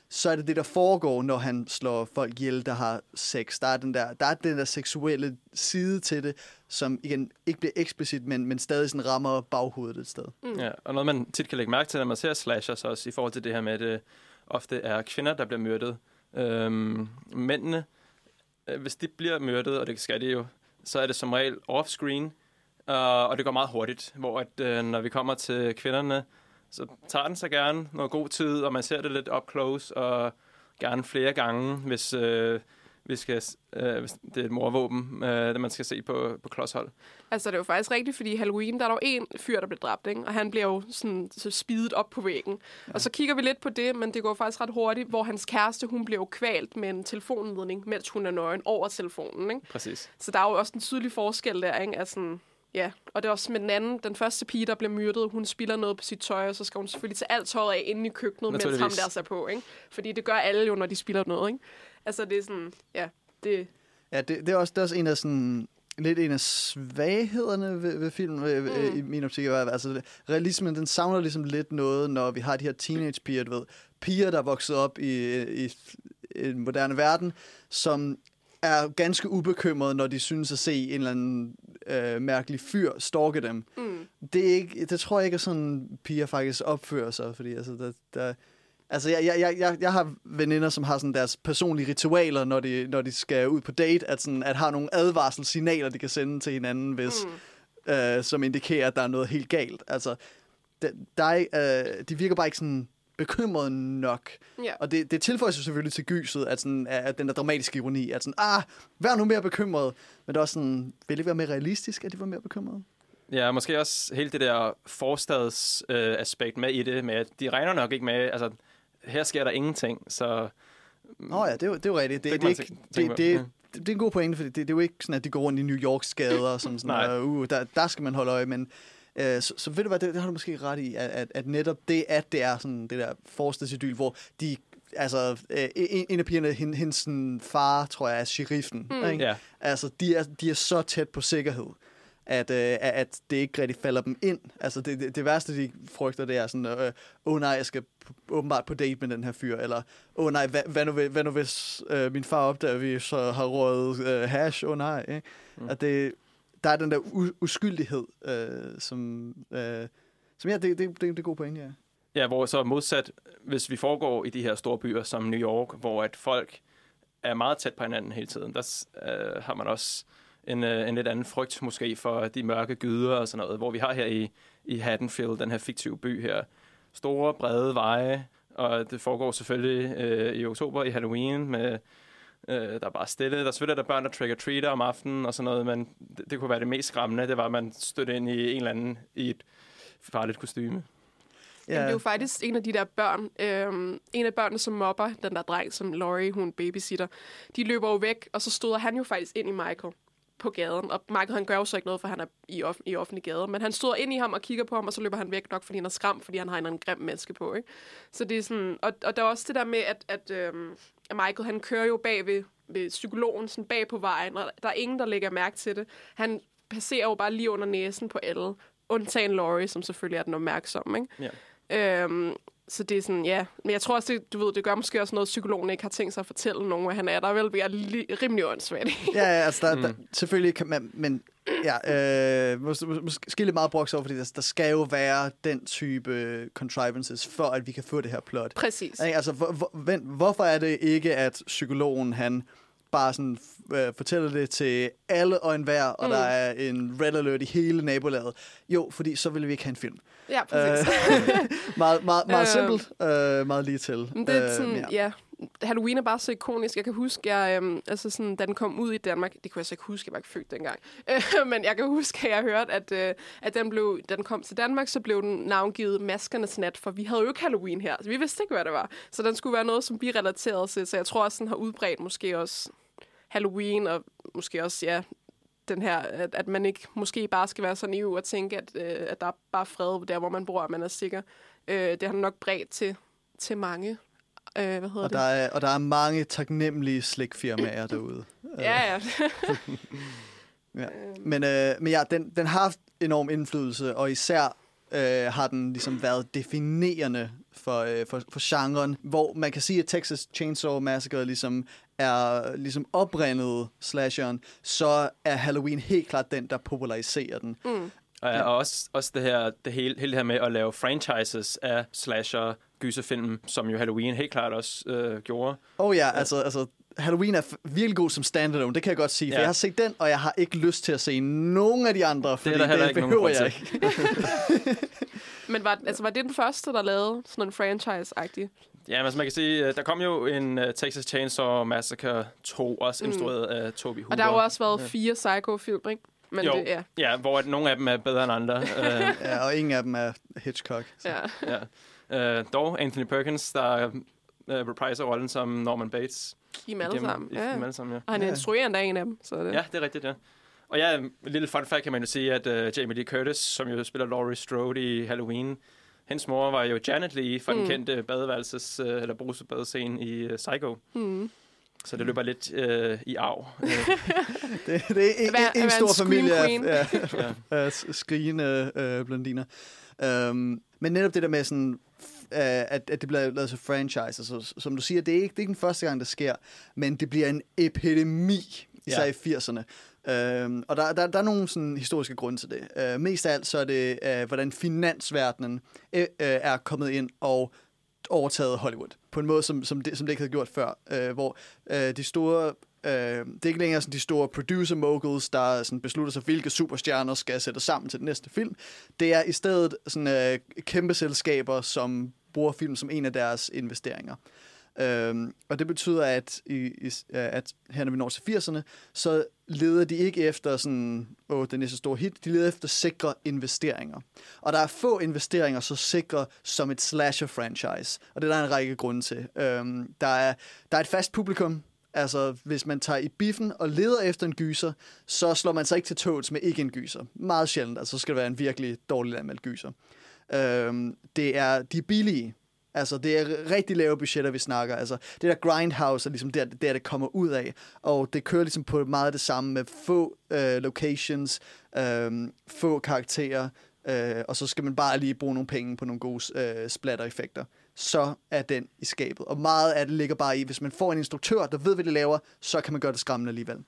så er det det, der foregår, når han slår folk ihjel, der har sex. Der er den der, der, er den der seksuelle side til det, som igen ikke bliver eksplicit, men, men stadig sådan rammer baghovedet et sted. Mm. Ja, og noget, man tit kan lægge mærke til, når man ser slashers også, i forhold til det her med, at det ofte er kvinder, der bliver myrdet. Øhm, mændene, øh, hvis de bliver myrdet, og det skal de jo, så er det som regel off-screen, uh, og det går meget hurtigt, hvor at, øh, når vi kommer til kvinderne, så tager den sig gerne noget god tid, og man ser det lidt up close, og gerne flere gange, hvis, øh, vi skal, øh, hvis det er et morvåben, øh, det man skal se på, på klodshold. Altså, det er jo faktisk rigtigt, fordi i Halloween, der er der jo en fyr, der bliver dræbt, ikke? Og han bliver jo sådan så spidet op på væggen. Ja. Og så kigger vi lidt på det, men det går faktisk ret hurtigt, hvor hans kæreste, hun bliver jo kvalt med en telefonledning, mens hun er nøgen over telefonen, ikke? Præcis. Så der er jo også en tydelig forskel der, ikke? Altså, ja, og det er også med den anden, den første pige, der bliver myrdet, hun spilder noget på sit tøj, og så skal hun selvfølgelig tage alt tøjet af inde i køkkenet, mens ham der ser på, ikke? Fordi det gør alle jo, når de spilder noget, ikke? Altså, det er sådan, ja, det... Ja, det, det, er, også, det er også en af sådan... lidt en af svaghederne ved, ved filmen, ved, mm. i min optik. Altså, realismen, den savner ligesom lidt noget, når vi har de her teenage-piger, du ved. Piger, der er vokset op i, i, i en moderne verden, som er ganske ubekymrede, når de synes at se en eller anden øh, mærkelig fyr stalke dem. Mm. Det, er ikke, det tror jeg ikke, at sådan piger faktisk opfører sig, fordi altså, der, der, altså jeg, jeg, jeg, jeg har veninder, som har sådan deres personlige ritualer, når de, når de skal ud på date, at, sådan, at har nogle advarselssignaler, de kan sende til hinanden, hvis, mm. øh, som indikerer, at der er noget helt galt. Altså, der, der er, øh, de virker bare ikke sådan bekymret nok. Ja. Og det, det tilføjer sig selvfølgelig til gyset, at, sådan, at den der dramatiske ironi, at sådan, ah, vær nu mere bekymret. Men det er også sådan, vil det være mere realistisk, at de var mere bekymrede? Ja, måske også hele det der forstads øh, aspekt med i det, med at de regner nok ikke med, altså, her sker der ingenting, så... Nå ja, det er jo, det er jo rigtigt. Det, det, det, ikke, det, det, det, det er en god pointe, for det, det er jo ikke sådan, at de går rundt i New Yorks gader, som sådan, uh, der, der skal man holde øje, men uh, så, så ved du hvad, det, det har du måske ret i, at, at, at netop det, at det er sådan det der forstadsidyl, hvor de, altså, uh, en, en af pigerne, hendes far, tror jeg, er sheriffen, mm. ikke? Yeah. Altså, de er, de er så tæt på sikkerhed, at, øh, at det ikke rigtig falder dem ind. Altså, det, det, det værste, de frygter, det er sådan, åh øh, oh, nej, jeg skal p- åbenbart på date med den her fyr, eller åh oh, nej, hvad, hvad, nu, hvad nu hvis øh, min far opdager, at vi så har røget øh, hash? Åh oh, nej. Ikke? Mm. At det, der er den der u- uskyldighed, øh, som, øh, som ja, det, det, det, det er god point, ja. Ja, hvor så modsat, hvis vi foregår i de her store byer som New York, hvor at folk er meget tæt på hinanden hele tiden, der øh, har man også En, en lidt anden frygt måske for de mørke gyder og sådan noget, hvor vi har her i, i Haddonfield, den her fiktive by her. Store, brede veje, og det foregår selvfølgelig øh, i oktober i Halloween, med, øh, der er bare stille. Der er selvfølgelig der børn, der trick-or-treater om aftenen og sådan noget, men det, det kunne være det mest skræmmende, det var, at man stødte ind i en eller anden i et farligt kostyme. Ja. Jamen, det er jo faktisk en af de der børn, øhm, en af børnene, som mobber den der dreng, som Laurie, hun babysitter. De løber jo væk, og så støder han jo faktisk ind i Michael på gaden. Og Michael, han gør jo så ikke noget, for han er i, off- i offentlig gade. Men han stod ind i ham og kigger på ham, og så løber han væk nok, fordi han er skræmt, fordi han har en eller anden grim maske på, ikke? Så det er sådan... Og, og der er også det der med, at, at, øhm, at Michael, han kører jo bag ved, ved psykologen, sådan bag på vejen, og der er ingen, der lægger mærke til det. Han passerer jo bare lige under næsen på alle. Undtagen Laurie, som selvfølgelig er den opmærksomme, ikke? Ja. Øhm, Så det er sådan, ja. Men jeg tror også, det, du ved, det gør måske også noget, at psykologen ikke har tænkt sig at fortælle nogen, hvad han er. Der vil være li- rimelig åndssvagt. Ja, ja, altså, der, mm. der, selvfølgelig kan man, men ja, øh, måske, måske lidt meget brugt over, fordi der, der skal jo være den type contrivances, for at vi kan få det her plot. Præcis. Ja, altså, hvor, hvor, vent, hvorfor er det ikke, at psykologen, han bare sådan øh, fortæller det til alle og enhver, og mm. der er en red alert i hele nabolaget? Jo, fordi så ville vi ikke have en film. Ja, præcis. meget meget, meget simpelt, øh, meget lige til. Det er sådan, øh, ja. ja. Halloween er bare så ikonisk. Jeg kan huske, jeg, øhm, altså sådan, da den kom ud i Danmark, det kunne jeg så ikke huske, jeg var ikke født dengang, men jeg kan huske, at jeg hørte, at, øh, at den, blev, da den kom til Danmark, så blev den navngivet Maskernes Nat, for vi havde jo ikke Halloween her, så vi vidste ikke, hvad det var. Så den skulle være noget, som vi relaterede til, så jeg tror også, den har udbredt måske også Halloween, og måske også, ja, den her, at, at man ikke måske bare skal være så naiv og tænke, at, øh, at der er bare fred der, hvor man bor, og man er sikker. Øh, det har nok bredt til, til mange. Øh, hvad hedder og, det? Der er, og der er mange taknemmelige slikfirmaer derude. Ja, ja. ja. Men, øh, men ja, den, den har haft enorm indflydelse, og især øh, har den ligesom været definerende for, øh, for, for genren, hvor man kan sige, at Texas Chainsaw Massacre ligesom er ligesom oprindet slasheren, så er Halloween helt klart den, der populariserer den. Mm. Og, ja, og også, også det her, det hele, hele det her med at lave franchises af slasher gyserfilm, som jo Halloween helt klart også øh, gjorde. Oh ja, altså, altså Halloween er virkelig god som standalone, det kan jeg godt sige, for ja. Jeg har set den, og jeg har ikke lyst til at se nogen af de andre, fordi det, er det behøver jeg ikke. Men var, altså, var det den første, der lavede sådan en franchise-agtig? Ja, altså man kan sige, der kom jo en uh, Texas Chainsaw Massacre to, også mm. instrueret af Tobe Hooper. Og der har jo også været fire Psycho-film, ikke? Men jo, det, ja. ja, hvor nogle af dem er bedre end andre. uh, ja, og ingen af dem er Hitchcock. Så. Ja. ja. Uh, dog Anthony Perkins, der uh, repriser rollen som Norman Bates. I dem alle sammen. Ja. Alle sammen, ja. Og han er instrueret af en af dem. Så det. Ja, det er rigtigt, ja. Og ja, en lille fun fact kan man jo sige, at uh, Jamie Lee Curtis, som jo spiller Laurie Strode i Halloween, hendes mor var jo Janet Leigh fra mm. den kendte badeværelses- eller brusebadescene i uh, Psycho. Mm. Så det løber lidt øh, i arv. det, det er en, en, en stor en familie af, ja, ja. af skrigende øh, blondiner. Um, men netop det der med sådan, uh, at, at det bliver lavet til franchise, altså, som du siger, det er, ikke, det er ikke den første gang, det sker, men det bliver en epidemi, især ja. i firserne. Uh, og der, der, der er nogle sådan, historiske grunde til det. Uh, mest af alt så er det, uh, hvordan finansverdenen uh, er kommet ind og overtaget Hollywood på en måde, som, som, det, som det ikke havde gjort før, øh, hvor øh, de store, øh, det er ikke længere sådan de store producer moguls, der sådan beslutter sig, hvilke superstjerner skal sætte sammen til den næste film. Det er i stedet sådan øh, kæmpe selskaber, som bruger film som en af deres investeringer. Øhm, og det betyder, at, i, i, at her når vi når til firserne, så leder de ikke efter sådan, åh, det næste store hit, de leder efter sikre investeringer. Og der er få investeringer så sikre som et slasher-franchise, og det er der en række grunde til. Øhm, der, er, der er et fast publikum, altså hvis man tager i biffen og leder efter en gyser, så slår man sig ikke til toget med ikke en gyser. Meget sjældent, altså så skal det være en virkelig dårlig anmeldt gyser. Øhm, det er, de er billige. Altså, det er rigtig lave budgetter, vi snakker. Altså, det der Grindhouse er ligesom der, der, det kommer ud af. Og det kører ligesom på meget det samme med få øh, locations, øh, få karakterer, øh, og så skal man bare lige bruge nogle penge på nogle gode øh, splatter-effekter. Så er den i skabet. Og meget af det ligger bare i, hvis man får en instruktør, der ved, hvad det laver, så kan man gøre det skræmmende alligevel.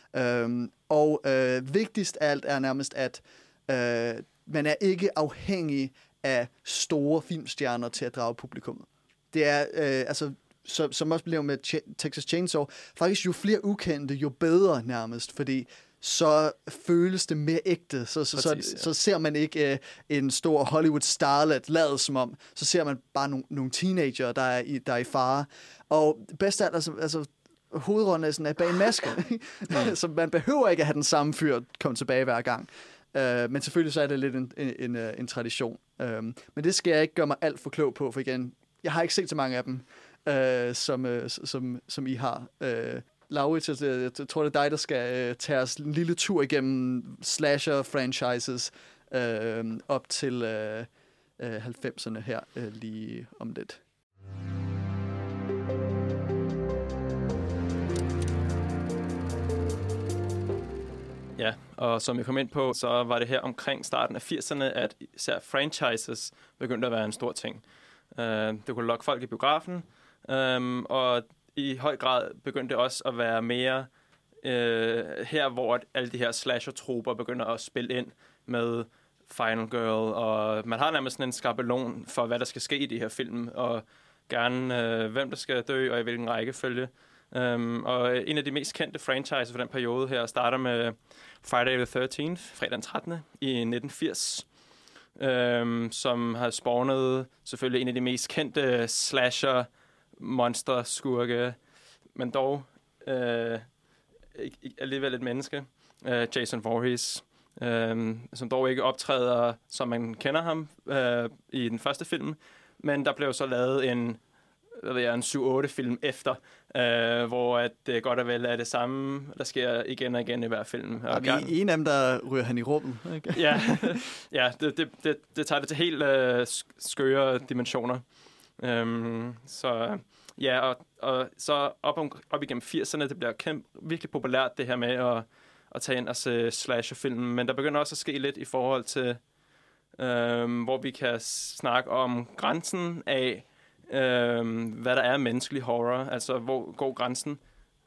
Øh, og øh, vigtigst af alt er nærmest, at øh, man er ikke afhængig af store filmstjerner til at drage publikummet. Det er, øh, altså, så, som også blev med Ch- Texas Chainsaw, faktisk jo flere ukendte, jo bedre nærmest, fordi så føles det mere ægte. Så, så, Præcis, så, ja. så ser man ikke øh, en stor Hollywood starlet ladet som om, så ser man bare no- nogle teenager, der er i, der er i fare. Og bedst af alt, altså, altså hovedrollen er, sådan, er bag en maske, så man behøver ikke at have den samme fyr komme tilbage hver gang. Uh, men selvfølgelig så er det lidt en, en, en, en tradition. Uh, men det skal jeg ikke gøre mig alt for klog på, for igen, jeg har ikke set så mange af dem, uh, som, uh, som, som I har. Uh, Laurits, jeg, jeg, jeg tror, det er dig, der skal uh, tage os en lille tur igennem slasher-franchises uh, op til uh, uh, halvfemserne her uh, lige om lidt. Ja, og som jeg kom ind på, så var det her omkring starten af firserne, at især franchises begyndte at være en stor ting. Uh, det kunne lokke folk i biografen, um, og i høj grad begyndte det også at være mere uh, her, hvor alle de her slasher-troper begynder at spille ind med Final Girl, og man har nærmest sådan en skabelon for, hvad der skal ske i de her film, og gerne uh, hvem der skal dø, og i hvilken rækkefølge. Um, og en af de mest kendte franchises for den periode her starter med Friday the thirteenth, fredag den trettende i nitten firs, um, som har spawnet selvfølgelig en af de mest kendte slasher monster skurke, men dog uh, alligevel et menneske, uh, Jason Voorhees, um, som dog ikke optræder, som man kender ham uh, i den første film, men der blev så lavet en hvad ved jeg, en syv otte film efter, øh, hvor at det godt og vel er det samme, der sker igen og igen i hver film. Og og i en af dem, der ryger han i rummet. Ikke? ja, ja det, det, det, det tager det til helt øh, skøre dimensioner. Um, så ja, og, og så op, om, op igennem firserne, det bliver kæmpe, virkelig populært det her med at, at tage ind og se slasherfilm, men der begynder også at ske lidt i forhold til øh, hvor vi kan snakke om grænsen af, øh, hvad der er menneskelig horror. Altså, hvor går grænsen?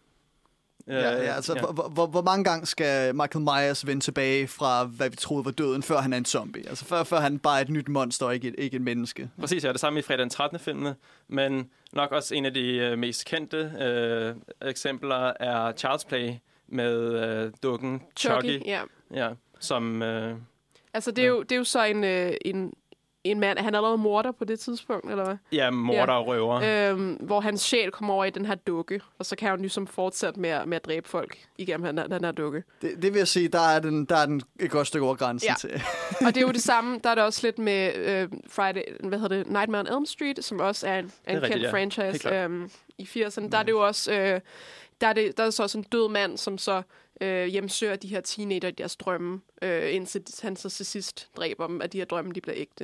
Ja, ja, altså, ja. Hvor, hvor, hvor mange gange skal Michael Myers vende tilbage fra, hvad vi troede var døden, før han er en zombie? Altså, før, før han bare er et nyt monster, og ikke et, ikke et menneske. Præcis, ja. Det samme i fredag den trettende filmene, men nok også en af de øh, mest kendte øh, eksempler er Child's Play med øh, dukken Chucky. Chucky, ja. Ja, som... Øh, altså, det er, ja. jo, det er jo så en... Øh, en En mand, han er allerede morder på det tidspunkt, eller hvad? Ja, morder ja. og røver. Øhm, hvor hans sjæl kommer over i den her dukke, og så kan han ligesom fortsætte med at, med at dræbe folk igennem den, den her dukke. Det, det vil jeg sige, der er den, der er den et godt stykke over grænsen ja. til. Og det er jo det samme, der er det også lidt med øh, Friday, hvad hedder det, Nightmare on Elm Street, som også er en, en kendt rigtigt, ja. franchise øhm, i firserne. Der er det jo også, øh, der er, det, der er så også en død mand, som så øh, hjemsøger de her teenager i deres drømme, øh, indtil han så til sidst dræber dem, at de her drømme, de bliver ægte.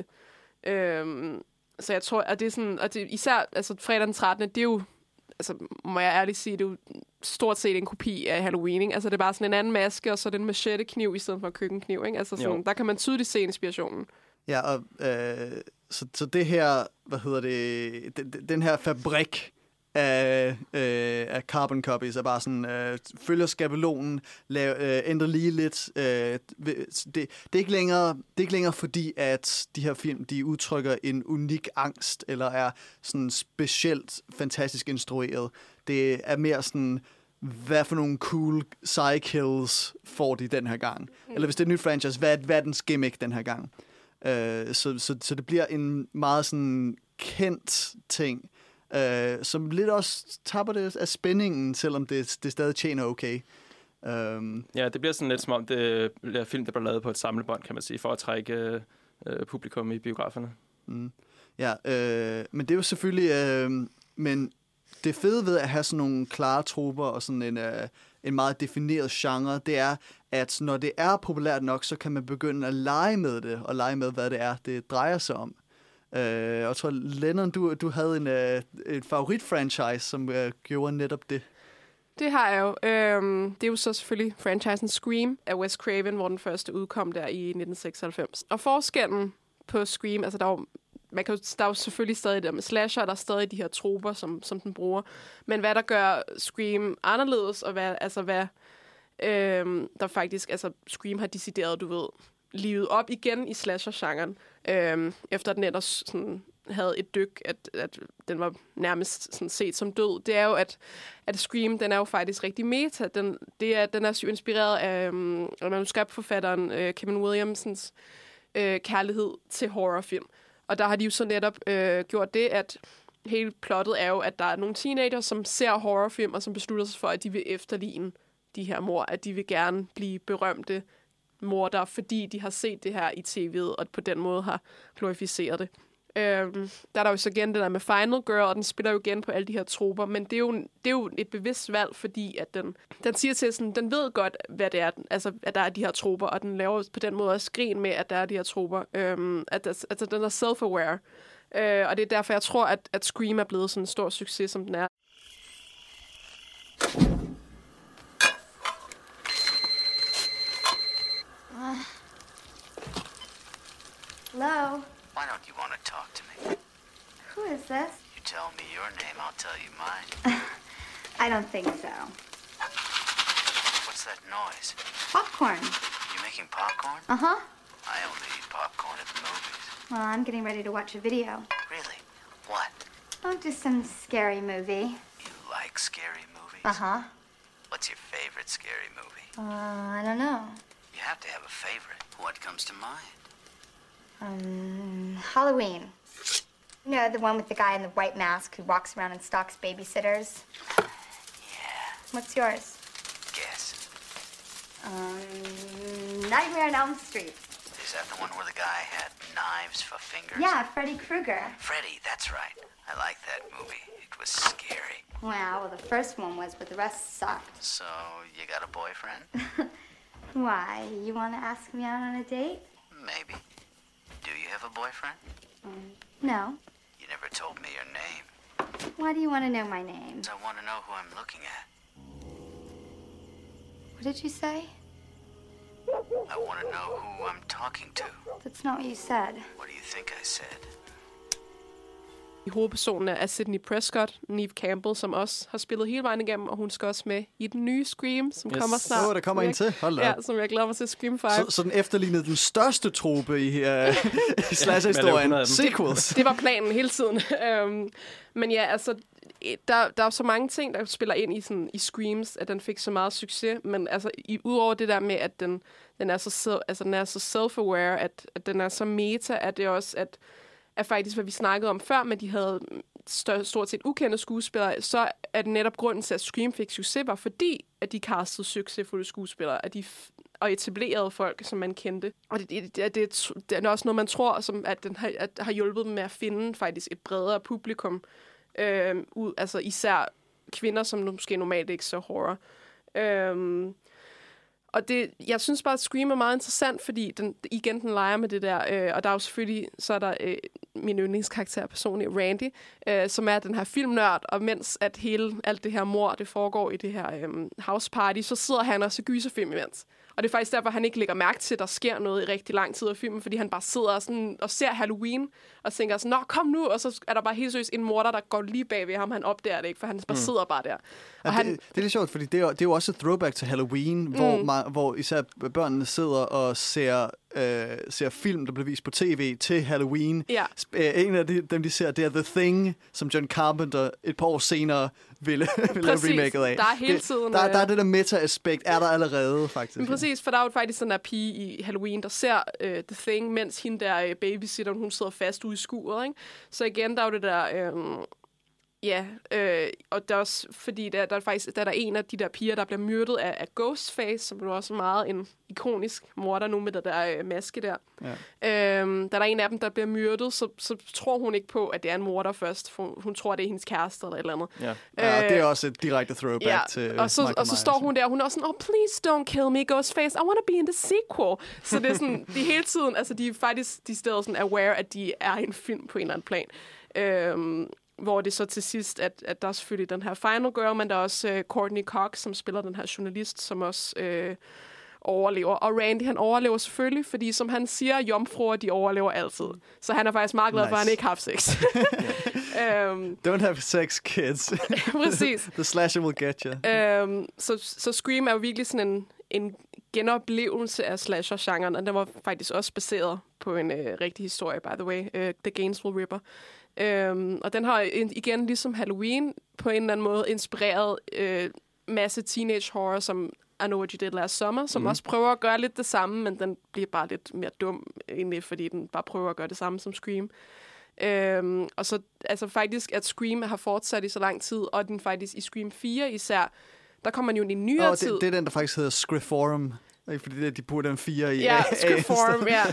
Øhm, så jeg tror, at det er sådan, og det, især altså fredag den trettende, det er jo, altså må jeg ærligt sige, det er jo stort set en kopi af Halloween, ikke? Altså det er bare sådan en anden maske, og så er det en machete-kniv i stedet for en køkkenkniv, ikke? Altså sådan, der kan man tydeligt se inspirationen. Ja, og øh, så, så det her, hvad hedder det, den, den her fabrik af, øh, af carbon copies er bare sådan, øh, følger skabelonen, lav, øh, ændrer lige lidt. Øh, det, det, er ikke længere, det er ikke længere fordi, at de her film, de udtrykker en unik angst, eller er sådan specielt fantastisk instrueret. Det er mere sådan, hvad for nogle cool sidekills får de den her gang? Mm. Eller hvis det er et nyt franchise, hvad, hvad er dens gimmick den her gang? Øh, så, så, så det bliver en meget sådan kendt ting, Uh, som lidt også tapper det af spændingen, selvom det, det stadig tjener okay. Um, ja, det bliver sådan lidt som om, det er film, der bliver lavet på et samlebånd, kan man sige, for at trække uh, publikum i biograferne. Mm. Ja, uh, men det er jo selvfølgelig... Uh, men det fede ved at have sådan nogle klare troper og sådan en, uh, en meget defineret genre, det er, at når det er populært nok, så kan man begynde at lege med det, og lege med, hvad det er, det drejer sig om. Uh, jeg tror, Lennon, du, du havde en, uh, en favorit-franchise, som uh, gjorde netop det. Det har jeg jo. Øhm, det er jo så selvfølgelig franchisen Scream af Wes Craven, hvor den første udkom der i nitten seksoghalvfems. Og forskellen på Scream, altså der er jo, man kan jo, der er jo selvfølgelig stadig der med slasher, der er stadig de her troper, som, som den bruger. Men hvad der gør Scream anderledes, og hvad, altså hvad øhm, der faktisk, altså Scream har decideret, du ved, livet op igen i slasher-genren, øhm, efter den ellers sådan havde et dyk, at, at den var nærmest sådan set som død. Det er jo, at, at Scream, den er jo faktisk rigtig meta. Den, det er, den er jo inspireret af, um, af manuskriptforfatteren uh, Kevin Williamsons uh, kærlighed til horrorfilm. Og der har de jo så netop uh, gjort det, at hele plottet er jo, at der er nogle teenager, som ser horrorfilm, og som beslutter sig for, at de vil efterligne de her mor, at de vil gerne blive berømte morder, fordi de har set det her i tv'et, og på den måde har glorificeret det. Øhm, der er der jo så igen det der med Final Girl, og den spiller jo igen på alle de her troper, men det er jo, det er jo et bevidst valg, fordi at den, den siger til sådan, den ved godt, hvad det er, altså at der er de her troper, og den laver på den måde også grin med, at der er de her troper. Øhm, at, altså den er self-aware. Øh, og det er derfor, jeg tror, at, at Scream er blevet sådan en stor succes, som den er. Uh. Hello? Why don't you want to talk to me? Who is this? You tell me your name, I'll tell you mine. I don't think so. What's that noise? Popcorn. You making popcorn? Uh-huh. I only eat popcorn at the movies. Well, I'm getting ready to watch a video. Really? What? Oh, just some scary movie. You like scary movies? Uh-huh. What's your favorite scary movie? Uh, I don't know. You have to have a favorite. What comes to mind? Um, Halloween. You know, the one with the guy in the white mask who walks around and stalks babysitters? Yeah. What's yours? Guess. Um, Nightmare on Elm Street. Is that the one where the guy had knives for fingers? Yeah, Freddy Krueger. Freddy, that's right. I like that movie. It was scary. Wow, well, the first one was, but the rest sucked. So, you got a boyfriend? Why? You want to ask me out on a date? Maybe. Do you have a boyfriend? Um, no. You never told me your name. Why do you want to know my name? I want to know who I'm looking at. What did you say? I want to know who I'm talking to. That's not what you said. What do you think I said? I hovedpersonen er Sidney Prescott, Neve Campbell, som også har spillet hele vejen igennem, og hun skal også med i den nye Scream, som yes. kommer snart. Åh, oh, der kommer en til. Hold da. Ja, som jeg glæder mig til, Scream fem. Så, så den efterlignede den største trope i uh, slasher-historien. Sequels. Det, det var planen hele tiden. um, men ja, altså, der, der er så mange ting, der spiller ind i, sådan, i Screams, at den fik så meget succes. Men altså, i, udover det der med, at den, den, er, så, altså, den er så self-aware, at, at den er så meta, at det også, at er faktisk, hvad vi snakkede om før, men de havde stør, stort set ukendte skuespillere, så er det netop grunden til, at Scream fik succes, var fordi, at de castede succesfulde skuespillere, at de f- og etablerede folk, som man kendte. Og det, det, det, det, det er også noget, man tror, som, at den har, at har hjulpet dem med at finde faktisk et bredere publikum, øh, ud, altså især kvinder, som måske normalt ikke så horror. Øh, Og det, jeg synes bare, at Scream er meget interessant, fordi den, igen, den leger med det der. Øh, og der er jo selvfølgelig, så er der øh, min yndlingskarakter personligt, Randy, øh, som er den her filmnørd. Og mens at hele alt det her mor, det foregår i det her øh, house party, så sidder han og så gyserfilm imens. Og det er faktisk derfor, han ikke lægger mærke til, at der sker noget i rigtig lang tid af filmen, fordi han bare sidder og, sådan, og ser Halloween og tænker sådan, nå, kom nu, og så er der bare helt seriøst en morder, der går lige bag ved ham, han opdager det ikke, for han bare mm. sidder bare der. Og ja, han, det, det er lidt sjovt, fordi det er, det er jo også et throwback til Halloween, mm. hvor, man, hvor især børnene sidder og ser, øh, ser film, der bliver vist på tv til Halloween. Ja. En af de, dem, de ser, det er The Thing, som John Carpenter et par år senere ville, ville lave remaket af. Der er hele tiden... Det, der, der er det der meta-aspekt, er der allerede, faktisk. Men præcis, for der er jo faktisk den der pige i Halloween, der ser uh, The Thing, mens hende der uh, babysitter, hun sidder fast ude i skuret, ikke? Så igen, der er jo det der... Um Ja, øh, og det er også fordi, der, der er faktisk der er der en af de der piger, der bliver myrdet af, af Ghostface, som er også meget en ikonisk morder nu med det der øh, maske der. Ja. Øhm, der er en af dem, der bliver myrdet, så, så tror hun ikke på, at det er en morder først. For hun tror, det er hendes kæreste eller et eller andet. Ja, ja øh, det er også et direkte throwback ja, til og så, Michael og så står hun der, og hun er også sådan, oh, please don't kill me, Ghostface. I want to be in the sequel. Så det er sådan, de hele tiden, altså de er faktisk de steder sådan aware, at de er i en film på en eller anden plan. Øhm, Hvor det så til sidst, at, at der er selvfølgelig den her final girl, men der er også uh, Courtney Cox, som spiller den her journalist, som også uh, overlever. Og Randy, han overlever selvfølgelig, fordi som han siger, jomfruer, de overlever altid. Så han er faktisk meget glad nice. for, at han ikke har haft sex. um, Don't have sex, kids. Præcis. The slasher will get you. Um, så, så Scream er jo virkelig sådan en, en genoplevelse af slasher-genren, og den var faktisk også baseret på en uh, rigtig historie, by the way. Uh, The Gainesville Ripper. Øhm, og den har igen, ligesom Halloween, på en eller anden måde inspireret øh, masse teenage horror, som I Know What You Did Last Summer, som mm. også prøver at gøre lidt det samme, men den bliver bare lidt mere dum, egentlig, fordi den bare prøver at gøre det samme som Scream. Øhm, og så altså faktisk, at Scream har fortsat i så lang tid, og den faktisk i Scream fire især, der kommer man jo i en nyere oh, tid. Det, det er den, der faktisk hedder Scriforum. Fordi de putter den fire i ja, A. Scriforum, ja.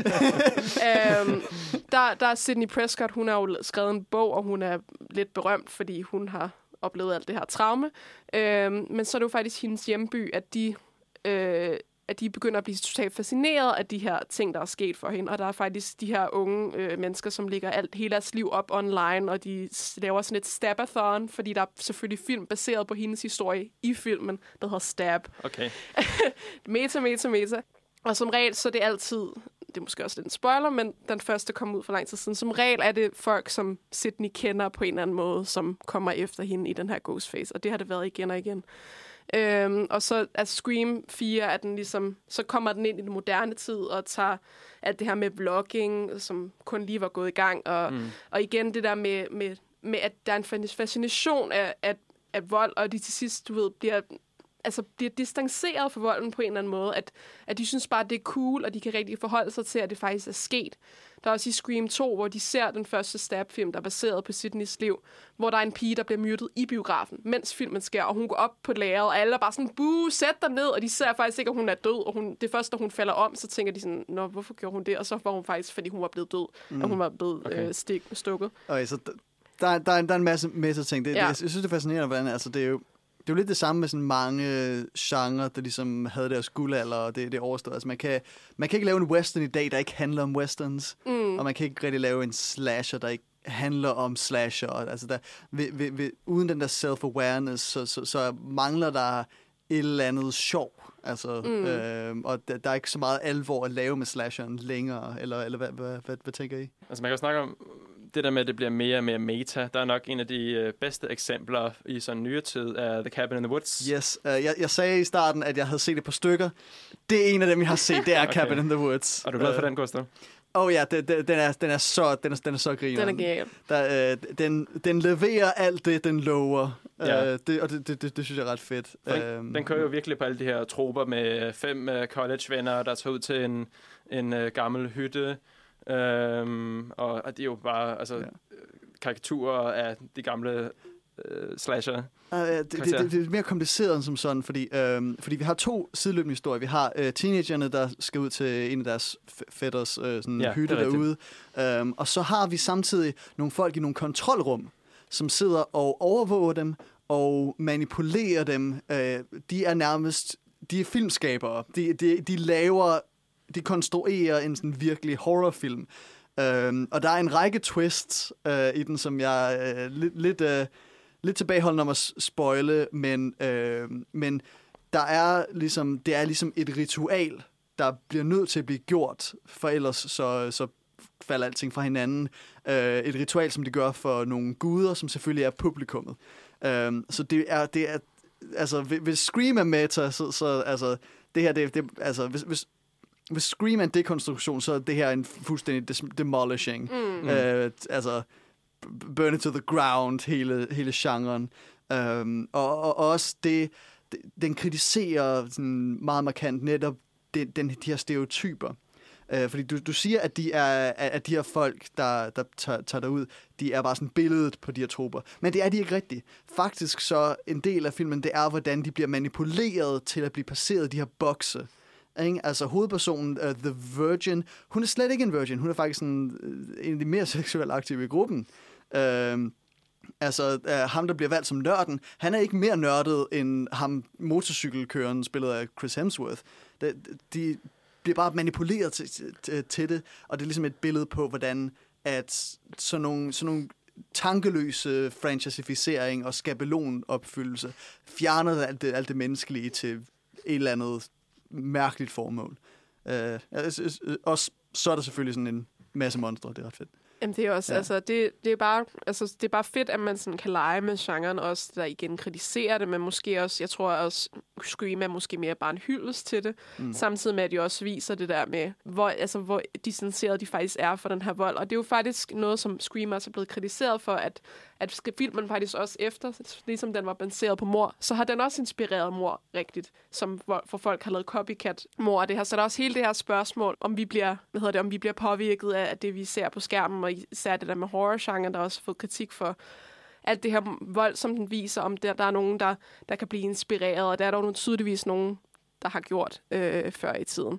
øhm, der, der er Sidney Prescott, hun har jo skrevet en bog, og hun er lidt berømt, fordi hun har oplevet alt det her traume. Øhm, men så er det jo faktisk hendes hjemby, at de, øh, at de begynder at blive totalt fascineret af de her ting, der er sket for hende. Og der er faktisk de her unge øh, mennesker, som lægger alt, hele deres liv op online, og de laver sådan et Stab-a-thon, fordi der er selvfølgelig film baseret på hendes historie i filmen, der hedder Stab. Okay. meta, meta, meta. Og som regel, så er det altid, det er måske også lidt en spoiler, men den første kom ud for lang tid siden. Som regel er det folk, som Sidney kender på en eller anden måde, som kommer efter hende i den her Ghostface. Og det har det været igen og igen. Øhm, og så altså Scream fire, er den ligesom, så kommer den ind i den moderne tid og tager alt det her med vlogging, som kun lige var gået i gang. Og, mm. og igen det der med, med, med, at der er en fascination af, af, af vold, og de til sidst, du ved, bliver... altså bliver distanceret fra volden på en eller anden måde, at, at de synes bare, at det er cool, og de kan rigtig forholde sig til, at det faktisk er sket. Der er også i Scream to, hvor de ser den første Stab-film, der er baseret på Sidneys liv, hvor der er en pige, der bliver myrdet i biografen, mens filmen sker, og hun går op på lageret, og alle er bare sådan, buh, sæt dig ned, og de ser faktisk ikke, at hun er død, og hun, det første, når hun falder om, så tænker de sådan, nå, hvorfor gjorde hun det? Og så var hun faktisk, fordi hun var blevet død, mm. og hun var blevet okay. øh, stik, stukket. Okay, så der, der, er, der er en masse masse ting. Det, ja. det, jeg synes, det er fascinerende, hvordan altså, det er jo Det er jo lidt det samme med sådan mange genrer, der ligesom havde deres guldalder, og det, det overstået. Altså man kan, man kan ikke lave en western i dag, der ikke handler om westerns, mm. og man kan ikke rigtig lave en slasher, der ikke handler om slasher. Altså der, ved, ved, ved, uden den der self-awareness, så, så, så mangler der et eller andet sjov. Altså, mm. øh, og der, der er ikke så meget alvor at lave med slasheren længere, eller, eller hvad, hvad, hvad, hvad tænker I? Altså man kan jo snakke om det der med, at det bliver mere og mere meta. Der er nok en af de øh, bedste eksempler i sådan nyere tid af The Cabin in the Woods. Yes, uh, jeg, jeg sagde i starten, at jeg havde set det på stykker. Det er en af dem, jeg har set, det er okay. Cabin in the Woods. Er du glad for uh, den, Gustav? Åh oh, ja, den, den, er, den, er så, den, er, den er så griner. Den er genial. Der, øh, den, den leverer alt det, den lover. Ja. Øh, det, og det, det, det, det synes jeg er ret fedt. Den, um, den kører jo virkelig på alle de her troper med fem uh, college-venner, der tager ud til en, en uh, gammel hytte. Um, og, og det er jo bare altså, ja. karikaturer af de gamle uh, slasher. Uh, det, det, det, det er mere kompliceret end som sådan, fordi, øhm, fordi vi har to sideløbende historier. Vi har øh, teenagerne, der skal ud til en af deres fætters øh, sådan ja, hytte derude. Øhm, og så har vi samtidig nogle folk i nogle kontrolrum, som sidder og overvåger dem og manipulerer dem. Øh, de er nærmest de er filmskabere. De, de, de laver, de konstruerer en sådan virkelig horrorfilm. Øhm, og der er en række twists øh, i den, som jeg øh, lidt... lidt øh, Lidt tilbageholdende om at spoile, men, øh, men der er ligesom, det er ligesom et ritual, der bliver nødt til at blive gjort, for ellers så, så falder alting fra hinanden. Øh, et ritual, som de gør for nogle guder, som selvfølgelig er publikummet. Øh, så det er, det er, altså, hvis Scream er meta, så, så altså, det her, det, det altså, hvis, hvis, hvis Scream er en dekonstruktion, så er det her en fuldstændig demolishing. Mm. Øh, altså, burn it to the ground, hele, hele genren. Um, og, og også det, det, den kritiserer sådan meget markant netop den, den, de her stereotyper. Uh, fordi du, du siger, at de, er, at de her folk, der, der tager, tager derud, de er bare sådan billedet på de her troper. Men det er de ikke rigtigt. Faktisk så en del af filmen, det er, hvordan de bliver manipuleret til at blive passeret de her bokse. Altså hovedpersonen, uh, The Virgin, hun er slet ikke en virgin. Hun er faktisk sådan, uh, en af de mere seksuelt aktive i gruppen. Uh, altså, uh, ham, der bliver valgt som nørden, han er ikke mere nørdet end ham, motorcykelkøren, spillet af Chris Hemsworth. De, de bliver bare manipuleret til, til, til det, og det er ligesom et billede på, hvordan at sådan nogle, sådan nogle tankeløse franchisificering og skabelonopfyldelse fjerner alt det, alt det menneskelige til et eller andet mærkeligt formål. Uh, og så er der selvfølgelig sådan en masse monstre, det er ret fedt. Jamen det er også, ja. altså, det, det, er bare, altså, det er bare fedt, at man sådan kan lege med genren også, der igen kritiserer det, men måske også, jeg tror også, Scream er måske mere bare en hyldest til det, mm. samtidig med, at de også viser det der med, hvor, altså, hvor distanceret de faktisk er for den her vold. Og det er jo faktisk noget, som Scream også er blevet kritiseret for, at, at filmen faktisk også efter, ligesom den var baseret på mord, så har den også inspireret mord rigtigt, som for folk har lavet copycat-mord. Det her, så der er også hele det her spørgsmål, om vi bliver, hvad hedder det, om vi bliver påvirket af det, vi ser på skærmen, og især det der med horror-genre, der også har fået kritik for alt det her vold, som den viser, om der, der er nogen, der, der kan blive inspireret, og der er der jo tydeligvis nogen, der har gjort øh, før i tiden.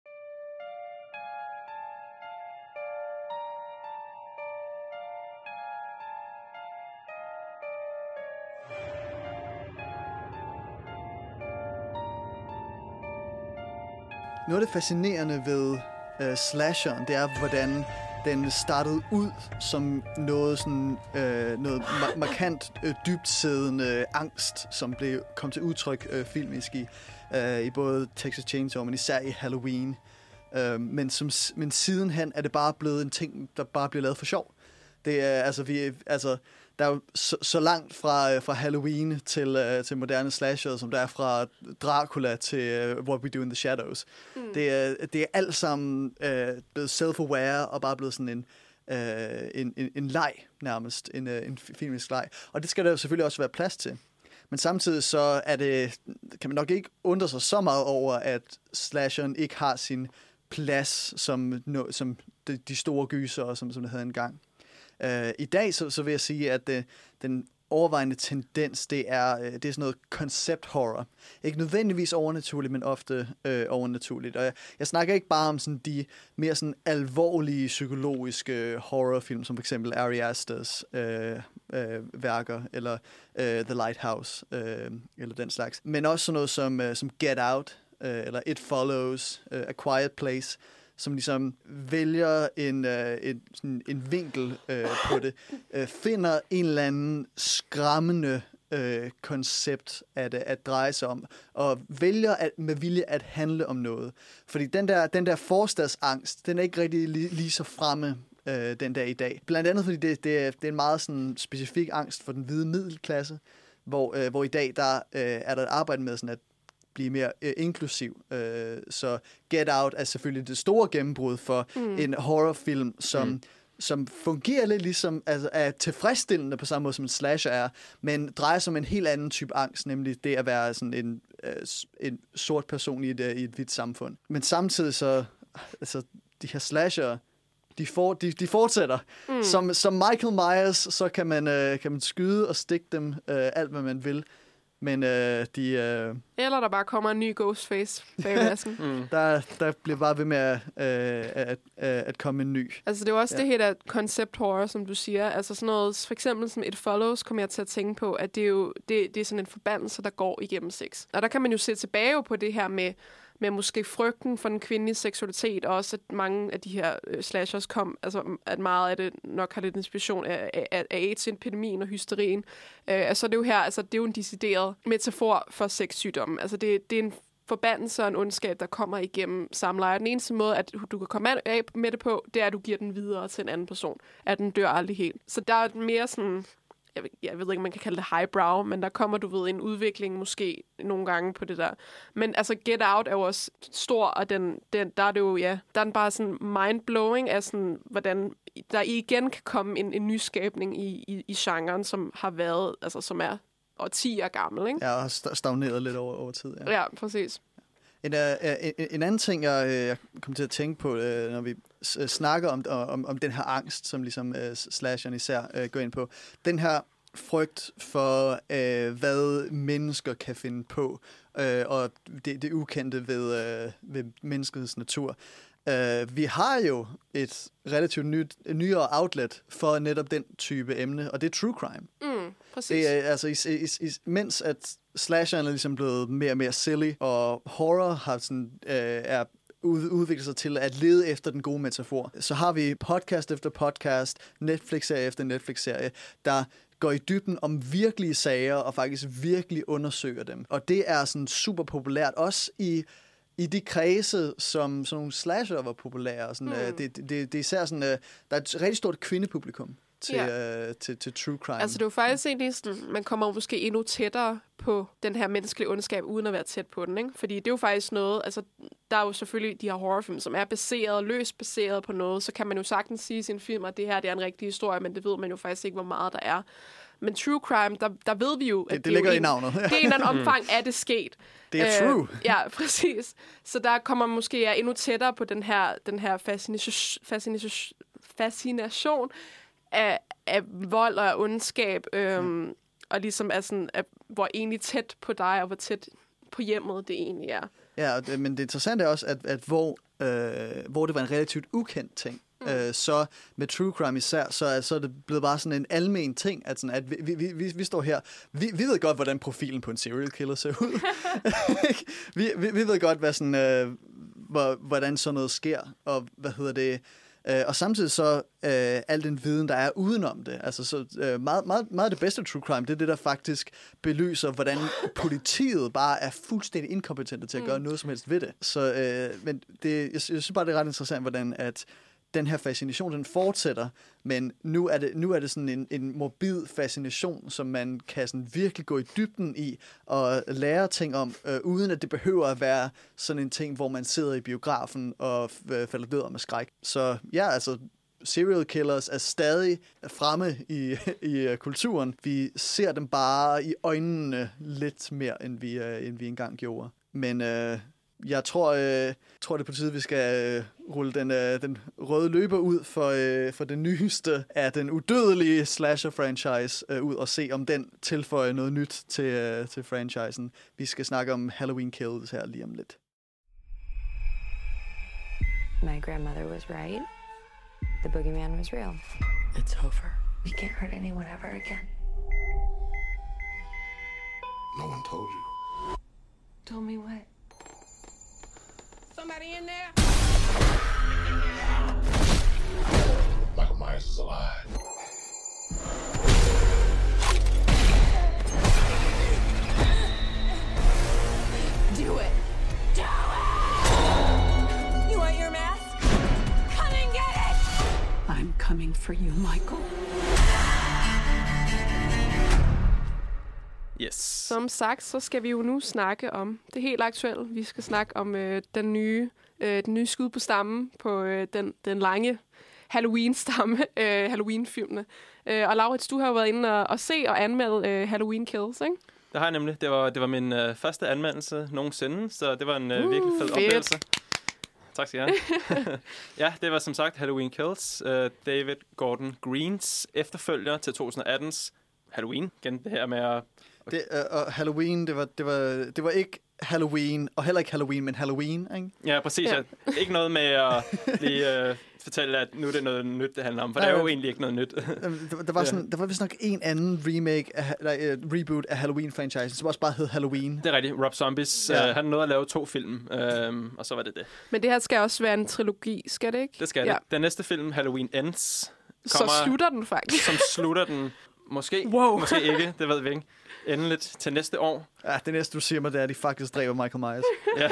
Noget af det fascinerende ved uh, slasheren, det er, hvordan den startede ud som noget sådan øh, noget ma- markant øh, dybtsiddende angst, som blev kom til udtryk øh, filmisk i øh, i både Texas Chainsaw, men især i Halloween. Øh, men som men sidenhen er det bare blevet en ting, der bare bliver lavet for sjov. Det er altså vi altså der er jo så, så langt fra fra Halloween til uh, til moderne slasher, som der er fra Dracula til uh, What We Do in the Shadows. Mm. Det er det er alt sammen uh, blevet self-aware og bare blevet sådan en uh, en en, en leg nærmest, en uh, en filmisk leg. Og det skal der jo selvfølgelig også være plads til. Men samtidig så er det kan man nok ikke undre sig så meget over, at slasheren ikke har sin plads som no, som de, de store gyser, som som det havde engang. Uh, I dag så, så vil jeg sige, at uh, den overvejende tendens, det er, uh, det er sådan noget koncept-horror. Ikke nødvendigvis overnaturligt, men ofte uh, overnaturligt. Og jeg, jeg snakker ikke bare om sådan de mere sådan alvorlige psykologiske horrorfilm, som for eksempel Ari Asters uh, uh, værker, eller uh, The Lighthouse, uh, eller den slags. Men også sådan noget som, uh, som Get Out, uh, eller It Follows, uh, A Quiet Place, som ligesom vælger en, øh, en, sådan en vinkel øh, på det, øh, finder en eller anden skræmmende øh, koncept at, at dreje sig om, og vælger at, med vilje at handle om noget. Fordi den der, den der forstadsangst, den er ikke rigtig lige, lige så fremme øh, den dag i dag. Blandt andet fordi det, det, er, det er en meget sådan, specifik angst for den hvide middelklasse, hvor, øh, hvor i dag der øh, er der et arbejde med sådan at blive mere øh, inklusiv. Øh, så Get Out er selvfølgelig det store gennembrud for mm. en horrorfilm, som mm. som fungerer lidt ligesom, altså er tilfredsstillende på samme måde som en slasher er, men drejer sig om en helt anden type angst, nemlig det at være sådan en, øh, en sort person i et, i et hvidt samfund. Men samtidig så, altså de her slasher, de, for, de, de fortsætter. Mm. Som, som Michael Myers, så kan man, øh, kan man skyde og stikke dem øh, alt, hvad man vil. Men øh, de... Øh, Eller der bare kommer en ny Ghostface bag masken. mm. der, der bliver bare ved med at, øh, at, at, at komme en ny. Altså det er jo også ja. det her der concept horror, som du siger. Altså sådan noget, for eksempel som It Follows, kommer jeg til at tænke på, at det er jo det, det er sådan en forbandelse, der går igennem sex. Og der kan man jo se tilbage på det her med med måske frygten for den kvindelige seksualitet, og også at mange af de her øh, slashers kom, altså at meget af det nok har lidt inspiration af, af, af AIDS-epidemien og hysterien. Øh, altså det er jo her, altså det er jo en decideret metafor for sexsygdomme. Altså det, det er en forbandelse og en ondskab, der kommer igennem samleje. Den eneste måde, at du kan komme af med det på, det er, at du giver den videre til en anden person. At den dør aldrig helt. Så der er mere sådan... Jeg ved, jeg ved ikke, om man kan kalde det highbrow, men der kommer, du ved, en udvikling måske nogle gange på det der. Men altså, Get Out er jo også stor, og den, den, der er det jo, ja, der er den bare sådan mind-blowing af sådan, hvordan der igen kan komme en, en nyskabning i, i, i genren, som har været, altså som er årtier gammel, ikke? Ja, og har stagneret lidt over, over tid, ja. Ja, præcis. En, uh, en, en anden ting, jeg, jeg kom til at tænke på, uh, når vi s- snakker om, om, om den her angst, som ligesom uh, slasheren især uh, går ind på, den her frygt for, uh, hvad mennesker kan finde på, uh, og det, det ukendte ved, uh, ved menneskets natur. Uh, vi har jo et relativt nyt, nyere outlet for netop den type emne, og det er true crime. Mm, præcis. Det er, altså, i, i, i, mens at slasheren er ligesom blevet mere og mere silly, og horror har sådan, øh, er udviklet sig til at lede efter den gode metafor, så har vi podcast efter podcast, Netflix-serie efter Netflix-serie, der går i dybden om virkelige sager, og faktisk virkelig undersøger dem. Og det er sådan super populært, også i i de kredse, som sådan nogle slasher var populære. Sådan, mm. øh, det, det, det er især sådan, øh, der er et rigtig stort kvindepublikum til, ja. øh, til, til true crime. Altså det er jo faktisk egentlig sådan, man kommer måske endnu tættere på den her menneskelige ondskab, uden at være tæt på den, ikke? Fordi det er jo faktisk noget, altså der er jo selvfølgelig de her horrorfilm, som er baseret, løst baseret på noget, så kan man jo sagtens sige i sin film, at det her det er en rigtig historie, men det ved man jo faktisk ikke, hvor meget der er. Men true crime, der, der ved vi jo, at det, det, det ligger i en, navnet. det er en eller anden omfang af det sket. Det er uh, true. Ja, præcis. Så der kommer måske ja, endnu tættere på den her, den her fascination, fascination, fascination af, af vold og ondskab, øhm, mm. og ligesom er sådan, at, hvor egentlig tæt på dig, og hvor tæt på hjemmet det egentlig er. Ja, det, men det interessante er også, at, at hvor, øh, hvor det var en relativt ukendt ting, Mm. Øh, så med true crime især, så er, så er det blevet bare sådan en almen ting, at, sådan, at vi, vi, vi, vi står her, vi, vi ved godt, hvordan profilen på en serial killer ser ud. vi, vi, vi ved godt, hvad sådan, øh, hvor, hvordan sådan noget sker, og hvad hedder det, øh, og samtidig så øh, al den viden, der er udenom det. Altså så øh, meget, meget, meget af det bedste true crime, det er det, der faktisk belyser, hvordan politiet bare er fuldstændig inkompetente til at gøre mm. noget som helst ved det. Så øh, men det, jeg, jeg synes bare, det er ret interessant, hvordan at den her fascination, den fortsætter, men nu er det, nu er det sådan en, en morbid fascination, som man kan sådan virkelig gå i dybden i og lære ting om, øh, uden at det behøver at være sådan en ting, hvor man sidder i biografen og øh, falder død med skræk. Så ja, altså serial killers er stadig fremme i, i uh, kulturen. Vi ser dem bare i øjnene lidt mere, end vi, uh, end vi engang gjorde. Men uh, jeg tror, øh, tror, det er på tide, vi skal øh, rulle den, øh, den røde løber ud for, øh, for den nyeste af den udødelige slasher-franchise øh, ud og se, om den tilføjer noget nyt til, øh, til franchisen. Vi skal snakke om Halloween Kills her lige om lidt. My grandmother was right. The boogeyman was real. It's over. We can't hurt anyone ever again. No one told you. Told me what? Somebody in there? Michael Myers is alive. Som sagt, så skal vi jo nu snakke om det helt aktuelle. Vi skal snakke om øh, den nye, øh, den nye skud på stammen på øh, den, den lange Halloween-stamme, øh, Halloween-filmene. Øh, og Laurits, du har jo været inde og, og se og anmelde øh, Halloween Kills, ikke? Det har jeg nemlig. Det var, det var min øh, første anmeldelse nogensinde, så det var en øh, Uh, virkelig fed fedt. oplevelse. Tak skal jeg have. Ja, det var som sagt Halloween Kills. Uh, David Gordon Greens efterfølger til to tusind attens Halloween. Igen det her med at... Det, uh, og Halloween, det var, det, var, det var ikke Halloween, og heller ikke Halloween, men Halloween, ikke? Ja, præcis. Ja. Ja. Ikke noget med at lige uh, fortælle, at nu er det noget nyt, det handler om, for ja, det er jo egentlig ikke noget nyt. der, der var, sådan, der var vist nok en anden remake, af, eller, uh, reboot af Halloween-franchisen, som også bare hed Halloween. Det er rigtigt. Rob Zombies, ja. uh, han nåede at lave to film, uh, og så var det det. Men det her skal også være en trilogi, skal det ikke? Det skal ja. det. Den næste film, Halloween Ends, kommer, så slutter den faktisk. Som slutter den, måske, wow. måske ikke, det ved vi ikke. Endeligt til næste år. Ja, det næste, du siger mig, det er, at de faktisk dræber Michael Myers. ja.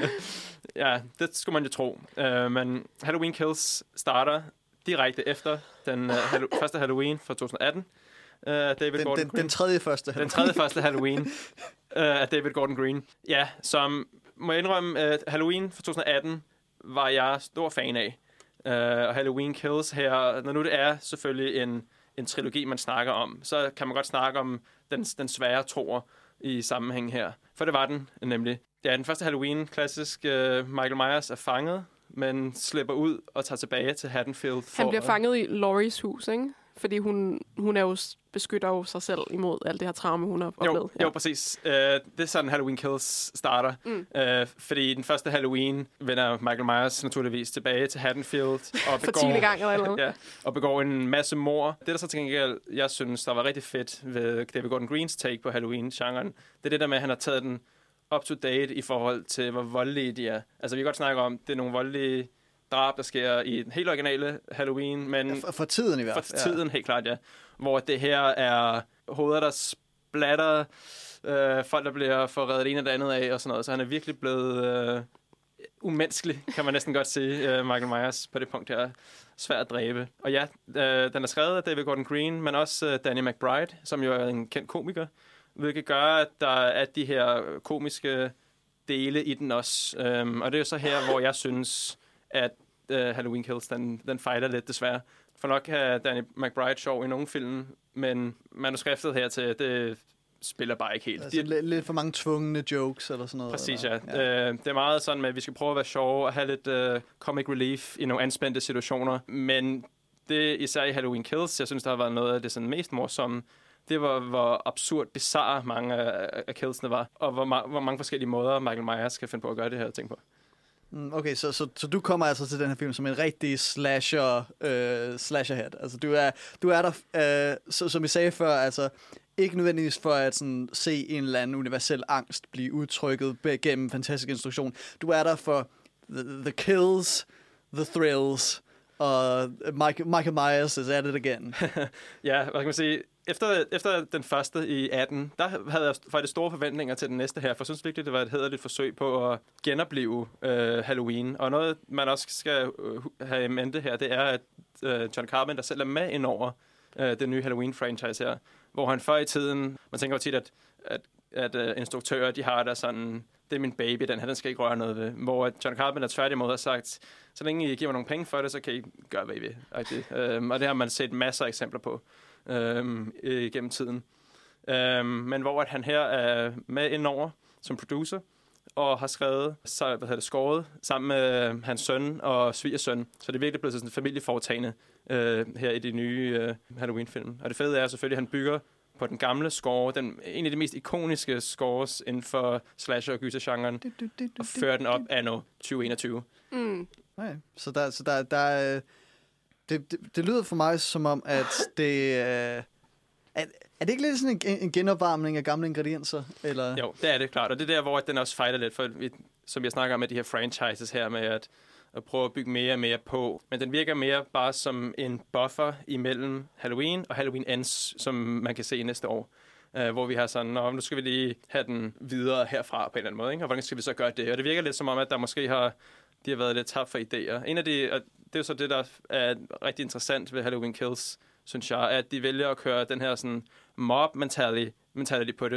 ja, det skulle man jo tro. Uh, men Halloween Kills starter direkte efter den uh, hallo- første Halloween fra to tusind atten. Uh, David den, Gordon den, Green. Den tredje første Halloween. Den tredje første Halloween uh, af David Gordon Green. Ja, som må jeg indrømme, uh, Halloween fra to tusind atten var jeg stor fan af. Uh, og Halloween Kills her, når nu det er selvfølgelig en, en trilogi, man snakker om, så kan man godt snakke om den, den svære toer i sammenhæng her. For det var den nemlig. Ja, den første Halloween, klassisk uh, Michael Myers er fanget, men slipper ud og tager tilbage til Haddonfield. For Han bliver fanget i Lauries hus, ikke? Fordi hun, hun er jo beskytter jo sig selv imod alt det her traume, hun har oplevet. Jo, ja. jo præcis. Uh, det er sådan, Halloween Kills starter. Mm. Uh, fordi den første Halloween vender Michael Myers naturligvis tilbage til Haddonfield. Og begår, for gang eller noget. Ja, og begår en masse mord. Det, der så til gengæld, jeg synes, der var rigtig fedt ved David Gordon Greens take på Halloween-genren, det er det der med, at han har taget den up-to-date i forhold til, hvor voldelige de er. Altså, vi kan godt snakke om, det er nogle voldelige drab, der sker i den helt originale Halloween, men... Ja, for, for tiden i hvert fald. For tiden, ja. Helt klart, ja. Hvor det her er hoveder, der splatter, øh, folk, der bliver forredet det ene og det andet af, og sådan noget. Så han er virkelig blevet øh, umenneskelig, kan man næsten godt sige, øh, Michael Myers på det punkt her. Svær at dræbe. Og ja, øh, den er skrevet af David Gordon Green, men også øh, Danny McBride, som jo er en kendt komiker, hvilket gør, at der er de her komiske dele i den også. Um, og det er jo så her, hvor jeg synes, at uh, Halloween Kills, den, den fejler lidt desværre. For nok har Danny McBride sjov i nogle film, men manuskriptet hertil, det spiller bare ikke helt. Altså, de, lidt for mange tvungne jokes eller sådan noget. Præcis, eller? ja. ja. Uh, det er meget sådan med, at vi skal prøve at være sjove og have lidt uh, comic relief i nogle anspændte situationer. Men det især i Halloween Kills, jeg synes, der har været noget af det sådan mest morsomme. Det var, hvor absurd, bizarre mange af, af killsene var, og hvor, ma- hvor mange forskellige måder Michael Myers kan finde på at gøre det her ting på. Mm, okay, så, så, så du kommer altså til den her film som en rigtig slasher, øh, slasherhead. Altså, du er, du er der, øh, så, som vi sagde før, altså, ikke nødvendigvis for at sådan, se en eller anden universel angst blive udtrykket gennem fantastisk instruktion. Du er der for the, the kills, the thrills, og Michael, Michael Myers is at it again. Ja, hvad kan man sige? Efter, efter den første i atten, der havde jeg faktisk store forventninger til den næste her, for jeg synes virkelig, det var et hæderligt forsøg på at genopleve øh, Halloween. Og noget, man også skal øh, have i mente her, det er, at øh, John Carpenter selv er med ind over øh, det nye Halloween-franchise her, hvor han før i tiden, man tænker jo tit, at, at, at øh, instruktører, de har der sådan, det er min baby, den her, den skal ikke røre noget ved. Hvor John Carpenter tværtimod har sagt, så længe I giver mig nogle penge for det, så kan I gøre, hvad I vil. Øhm, og det har man set masser af eksempler på øhm, gennem tiden. Øhm, men hvor at han her er med indover som producer, og har skrevet, så, hvad hedder det, skåret sammen med øh, hans søn og svigersøn. Så det er virkelig blevet sådan en familieforetagende øh, her i de nye øh, Halloween-film. Og det fede er selvfølgelig, at han bygger på den gamle score, den, en af de mest ikoniske scores inden for slasher- og gyser-genren, og fører den op anno tyve enogtyve. Mm. Okay. Så der, så der, der det, det, det lyder for mig som om, at det er, er det ikke lidt sådan en, en genopvarmning af gamle ingredienser? Eller? Jo, det er det klart, og det er der, hvor den også fejler lidt, for vi, som jeg snakker om med de her franchises her, med at, at prøve at bygge mere og mere på, men den virker mere bare som en buffer imellem Halloween og Halloween Ends, som man kan se næste år. Uh, hvor vi har sådan, Nå, nu skal vi lige have den videre herfra på en eller anden måde, ikke? Og hvordan skal vi så gøre det? Og det virker lidt som om, at der måske har, de har været lidt tabt for idéer. En af de, og det er jo så det, der er rigtig interessant ved Halloween Kills, synes jeg, at de vælger at køre den her sådan mob mentality, mentality på det.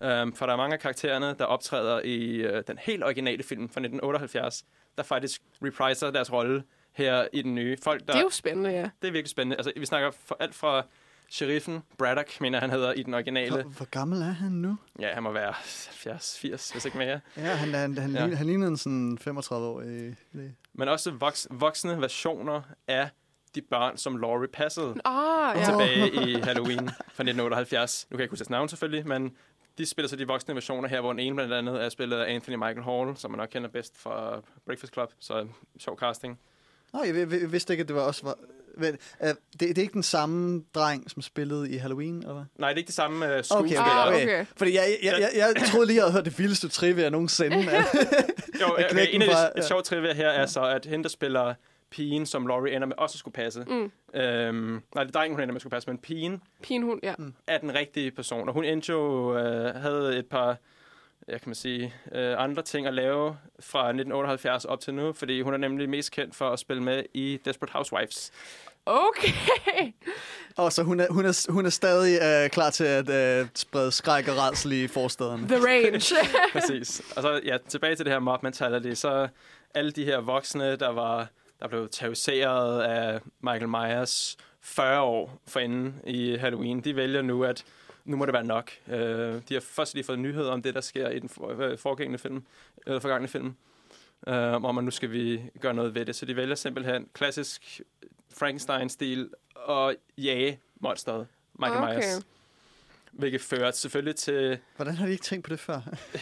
Um, for der er mange af karaktererne, der optræder i uh, den helt originale film fra nitten otteoghalvfjerds, der faktisk repriser deres rolle her i den nye. Folk, der, det er jo spændende, ja. Det er virkelig spændende. Altså, vi snakker for alt fra sheriffen, Braddock, mener han hedder i den originale. Hvor, hvor gammel er han nu? Ja, han må være halvfjerds firs, hvis ikke mere. Ja, han, han, han, ja. han ligner en sådan femogtredive år. I, Men også voks, voksne versioner af de børn, som Laurie passede ah, ja. tilbage i Halloween fra nitten otteoghalvfjerds. Nu kan jeg ikke huske deres navn selvfølgelig, men de spiller så de voksne versioner her, hvor den ene blandt andet er spillet af Anthony Michael Hall, som man nok kender bedst fra Breakfast Club, så sjov casting. Nå, jeg, jeg, jeg vidste ikke, at det var også... Var, men, uh, det, det er ikke den samme dreng, som spillede i Halloween, eller hvad? Nej, det er ikke det samme uh, skuespiller. Okay, okay, okay. Fordi jeg, jeg, jeg, jeg, jeg troede lige, jeg havde hørt det vildeste trivia nogensinde. jo, okay, en af de, et sjovt trivia her er så, at hende, der spiller pigen, som Laurie ender med også skulle passe. Mm. Øhm, nej, det er drengen, hun ender med skulle passe, men pigen, pigen hun, ja. er den rigtige person. Og hun endte jo, øh, havde et par, jeg kan man sige, øh, andre ting at lave fra nitten otteoghalvfjerds op til nu, fordi hun er nemlig mest kendt for at spille med i Desperate Housewives. Okay. Og så hun er, hun er, hun er stadig øh, klar til at øh, sprede skræk og rædsel i forstederne. The range. Præcis. Og så ja, tilbage til det her mob mentality, så alle de her voksne, der var der blev terroriseret af Michael Myers fyrre år forinden i Halloween, de vælger nu, at nu må det være nok. Uh, de har først lige fået nyheder om det, der sker i den for, forgængende film, eller forgangne film, uh, om at nu skal vi gøre noget ved det. Så de vælger simpelthen klassisk Frankenstein-stil og jage monsteret, Michael okay. Myers. Hvilket fører selvfølgelig til... Hvordan har de ikke tænkt på det før?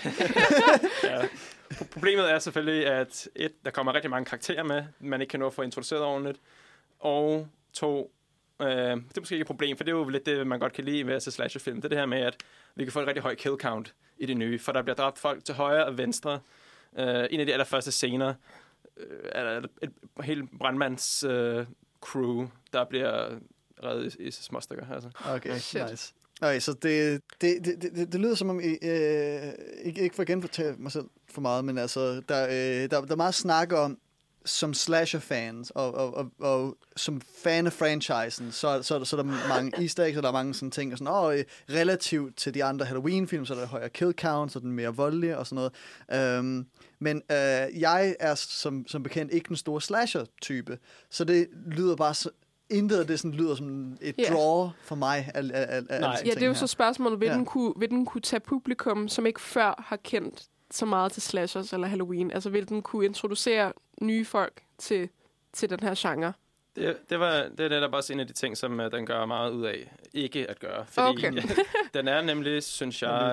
ja. Problemet er selvfølgelig, at et, der kommer rigtig mange karakterer med, man ikke kan nå at få introduceret ordentligt. Og to, øh, det er måske ikke et problem, for det er jo lidt det, man godt kan lide ved at se slasherfilm. Det er det her med, at vi kan få et rigtig høj kill count i det nye, for der bliver dræbt folk til højre og venstre. Øh, en af de allerførste scener øh, er der et, et helt brandmands øh, crew, der bliver reddet i, i små stykker. Altså. Okay, Shit. Nice. Okay, så det, det, det, det, det lyder som om, I, øh, ikke, ikke for at genfortælle mig selv for meget, men altså, der, øh, der, der er meget snak om, som slasher-fans, og, og, og, og som fan af franchisen, så, så, så er der mange easter eggs, og der er mange sådan ting, og sådan, åh, relativt til de andre Halloween-film, så er der højere kill count, så den er mere voldelig og sådan noget. Um, men øh, jeg er som, som bekendt ikke den store slasher-type, så det lyder bare så... Intet af det sådan lyder som et yeah. draw for mig. Al, al, al, al ja, det er jo så spørgsmålet, vil, ja. den kunne, vil den kunne tage publikum, som ikke før har kendt så meget til slashers eller Halloween? Altså vil den kunne introducere nye folk til, til den her genre? Det, det, var, det er netop også en af de ting, som uh, den gør meget ud af ikke at gøre. Fordi okay. den er nemlig, synes jeg,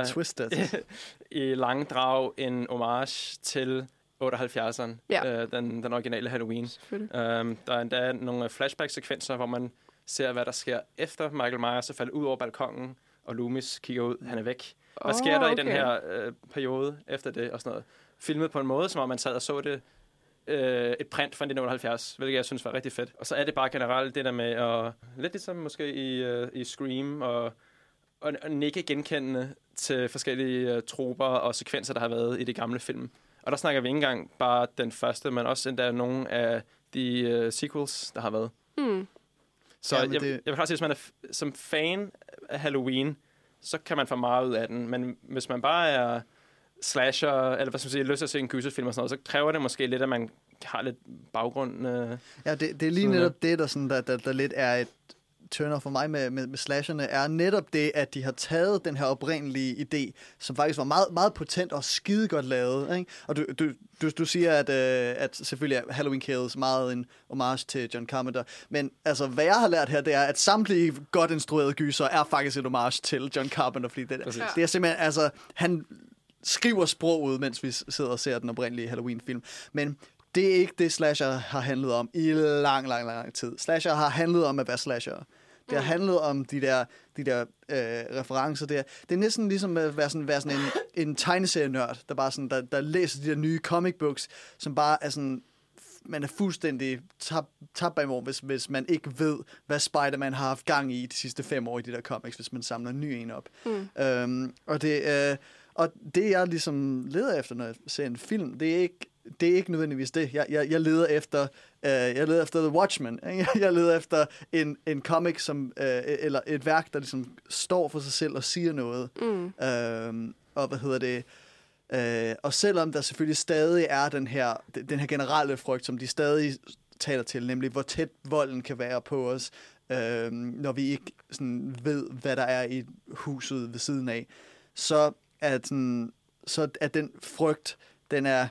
i lange drag en homage til otteoghalvfjerdserne, ja. øh, den, den originale Halloween. Um, der er endda nogle flashback-sekvenser, hvor man ser, hvad der sker efter Michael Myers er faldet ud over balkongen, og Loomis kigger ud, han er væk. Hvad oh, sker der okay. i den her øh, periode efter det, og sådan noget? Filmet på en måde, som om man sad og så det øh, et print fra nitten otteoghalvfjerds, hvilket jeg synes var rigtig fedt. Og så er det bare generelt det der med at, lidt ligesom måske i, øh, i Scream, og, og, og nikke genkendende til forskellige øh, troper og sekvenser, der har været i de gamle film. Og der snakker vi ikke engang bare den første, men også endda nogle af de uh, sequels, der har været. Mm. Så ja, jeg, det... jeg vil klart sige, hvis man er f- som fan af Halloween, så kan man få meget ud af den. Men hvis man bare er slasher, eller hvad skal man sige, lyst til at se en gyserfilm og sådan noget, så kræver det måske lidt, at man har lidt baggrund. Uh, ja, det, det er lige netop det, der, sådan, der, der, der lidt er et turner for mig med, med, med slasherne, er netop det, at de har taget den her oprindelige idé, som faktisk var meget, meget potent og skide godt lavet. Ikke? Og du, du, du, du siger, at, øh, at selvfølgelig er Halloween Kills meget en homage til John Carpenter, men altså, hvad jeg har lært her, det er, at samtlige godt instruerede gyser er faktisk et homage til John Carpenter, fordi det, det, det er simpelthen, altså, han skriver sproget, mens vi sidder og ser den oprindelige Halloween-film, men det er ikke det, slasher har handlet om i lang, lang, lang tid. Slasher har handlet om at være slasher. Det har handlet om de der, de der øh, referencer der. Det er næsten ligesom at være sådan, være sådan en, en tegneserienørd, der bare sådan, der, der læser de der nye comic books, som bare er sådan, man er fuldstændig tabt bag mor, hvis, hvis man ikke ved, hvad Spider-Man har haft gang i de sidste fem år i de der comics, hvis man samler en ny en op. Mm. Øhm, og, det, øh, og det, jeg ligesom leder efter, når jeg ser en film, det er ikke det er ikke nødvendigvis det. Jeg, jeg, jeg leder efter øh, jeg leder efter The Watchmen. Ikke? Jeg leder efter en, en comic, som, øh, eller et værk, der ligesom står for sig selv og siger noget. Mm. Øh, og hvad hedder det? Øh, og selvom der selvfølgelig stadig er den her, den her generelle frygt, som de stadig taler til, nemlig hvor tæt volden kan være på os, øh, når vi ikke sådan, ved, hvad der er i huset ved siden af, så er, sådan, så er den frygt, den er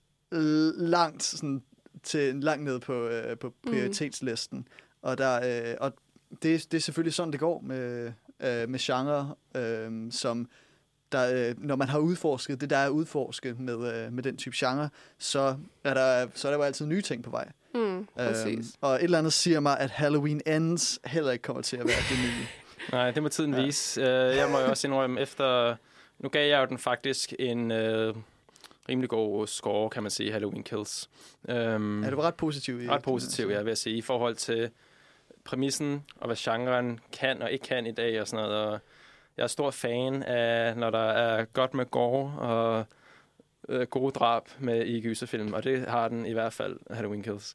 langt, sådan, til, langt ned på, øh, på prioritetslisten. Mm. Og, der, øh, og det, det er selvfølgelig sådan, det går med, øh, med genre, øh, som der, når man har udforsket det, der er udforsket med, med den type genre, så er der, så er der jo altid nye ting på vej. Mm, øhm, og et eller andet siger mig, at Halloween Ends heller ikke kommer til at være det nye. Nej, det må tiden ja. vise. Jeg må jo også indrømme, efter... Nu gav jeg jo den faktisk en øh, rimelig god score, kan man sige, Halloween Kills. Um, ja, det var ret positiv. Ret positiv, jeg vil sige, i forhold til præmissen, og hvad genren kan og ikke kan i dag, og sådan noget, og jeg er stor fan af, når der er godt med gore og øh, gode drab med i gyserfilm, og det har den i hvert fald, Halloween Kills.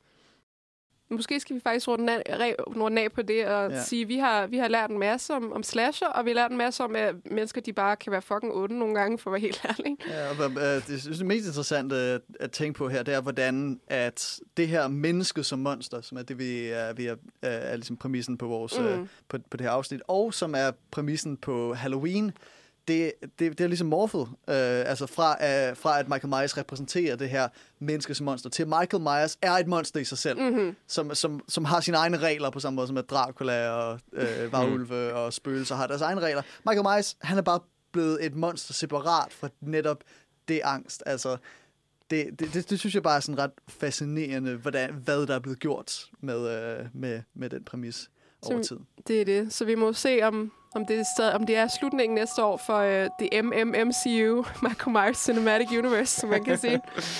Måske skal vi faktisk runde den af på det og ja. sige, at vi har, vi har lært en masse om, om slasher, og vi har lært en masse om, at mennesker de bare kan være fucking onde nogle gange, for at være helt ærlig. Ja, og øh, det, det mest interessante at, at tænke på her, det er, hvordan at det her menneske som monster, som er det, vi er, vi er, er, er ligesom præmissen på, vores, mm. øh, på, på det her afsnit, og som er præmissen på Halloween, Det, det, det er ligesom morfet, øh, altså fra, øh, fra at Michael Myers repræsenterer det her menneske som monster, til Michael Myers er et monster i sig selv, mm-hmm. som, som, som har sine egne regler på samme måde som at Dracula og øh, varulve mm. og spøgelser har deres egne regler. Michael Myers, han er bare blevet et monster separat fra netop det angst. Altså, det, det, det, det synes jeg bare er sådan ret fascinerende, hvordan, hvad der er blevet gjort med, øh, med, med den præmis over tid. Det er det. Så vi må se, om Om det, er, om det er slutningen næste år for uh, The M M M C U, Michael Myers Cinematic Universe, som man kan sige.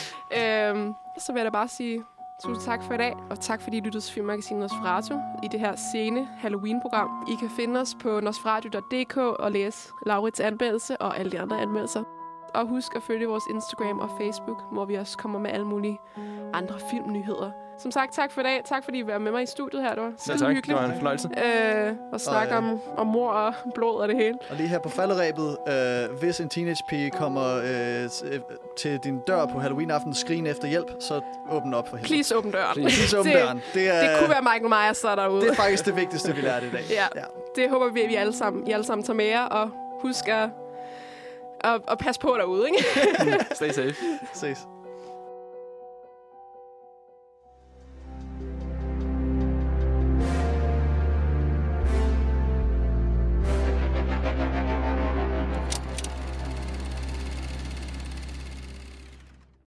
øhm, så vil jeg da bare sige tusind tak for i dag, og tak fordi I lyttede til Filmmagasinet Nosferatu i det her sene Halloween-program. I kan finde os på nosferatu punktum d k og læse Laurits anmeldelse og alle de andre anmeldelser. Og husk at følge vores Instagram og Facebook, hvor vi også kommer med alle mulige andre filmnyheder. Som sagt, tak for i dag. Tak fordi I var med mig i studiet her. Det var skide ja, tak. hyggeligt. Det var en fornøjelse. Øh, og snakke og, øh, om, om mor og blod og det hele. Og lige her på falderæbet, øh, hvis en teenagepige kommer øh, til din dør på Halloween-aften skrigende efter hjælp, så åbn op for hende. Please åbn døren. Please, Please åbn døren. Det, er, det kunne være Michael Myers, der er derude. Det er faktisk det vigtigste, vi lærte i dag. ja, ja, det håber vi, at vi alle sammen, I alle sammen tager med jer, og husk at, at, at passe på derude, ikke? Stay safe. Ses.